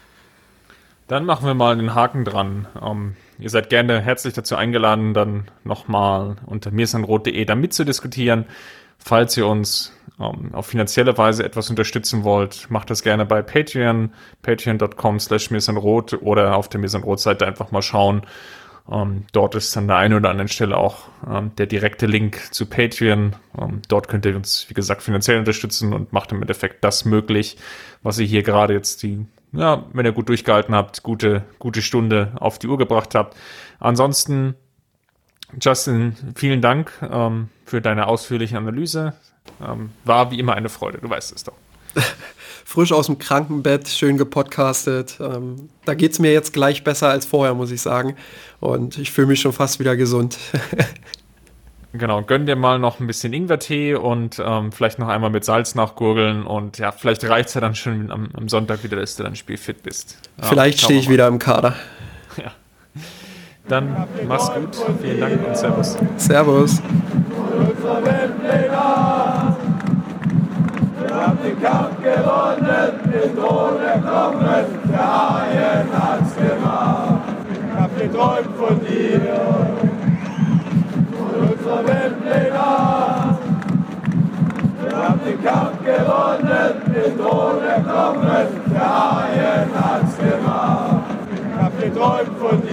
Dann machen wir mal einen Haken dran. Um, ihr seid gerne herzlich dazu eingeladen, dann nochmal unter mirsanrot punkt de da mitzudiskutieren. Falls ihr uns um, auf finanzielle Weise etwas unterstützen wollt, macht das gerne bei Patreon, patreon punkt com slash mirsanrot oder auf der Mirsanrot-Seite einfach mal schauen. Um, dort ist an der einen oder anderen Stelle auch um, der direkte Link zu Patreon. Um, dort könnt ihr uns, wie gesagt, finanziell unterstützen und macht im Endeffekt das möglich, was ihr hier gerade jetzt die, ja, wenn ihr gut durchgehalten habt, gute, gute Stunde auf die Uhr gebracht habt. Ansonsten, Justin, vielen Dank um, für deine ausführliche Analyse. Um, war wie immer eine Freude, du weißt es doch. Frisch aus dem Krankenbett, schön gepodcastet. Ähm, da geht es mir jetzt gleich besser als vorher, muss ich sagen. Und ich fühle mich schon fast wieder gesund. Genau, gönn dir mal noch ein bisschen Ingwertee und ähm, vielleicht noch einmal mit Salz nachgurgeln. Und ja, vielleicht reicht es ja dann schon am, am Sonntag wieder, dass du dann spielfit bist. Ja, vielleicht stehe ich wieder im Kader. Ja. Dann mach's gut. Vielen Dank und Servus. Servus. Wir haben den Kampf gewonnen, den Thron erklommen, der Haien hat's gemacht. Ich hab geträumt von dir, von unserer Wembley-Nacht. Wir haben den Kampf gewonnen, den Thron erklommen, der Haien hat's gemacht. Ich hab geträumt von dir.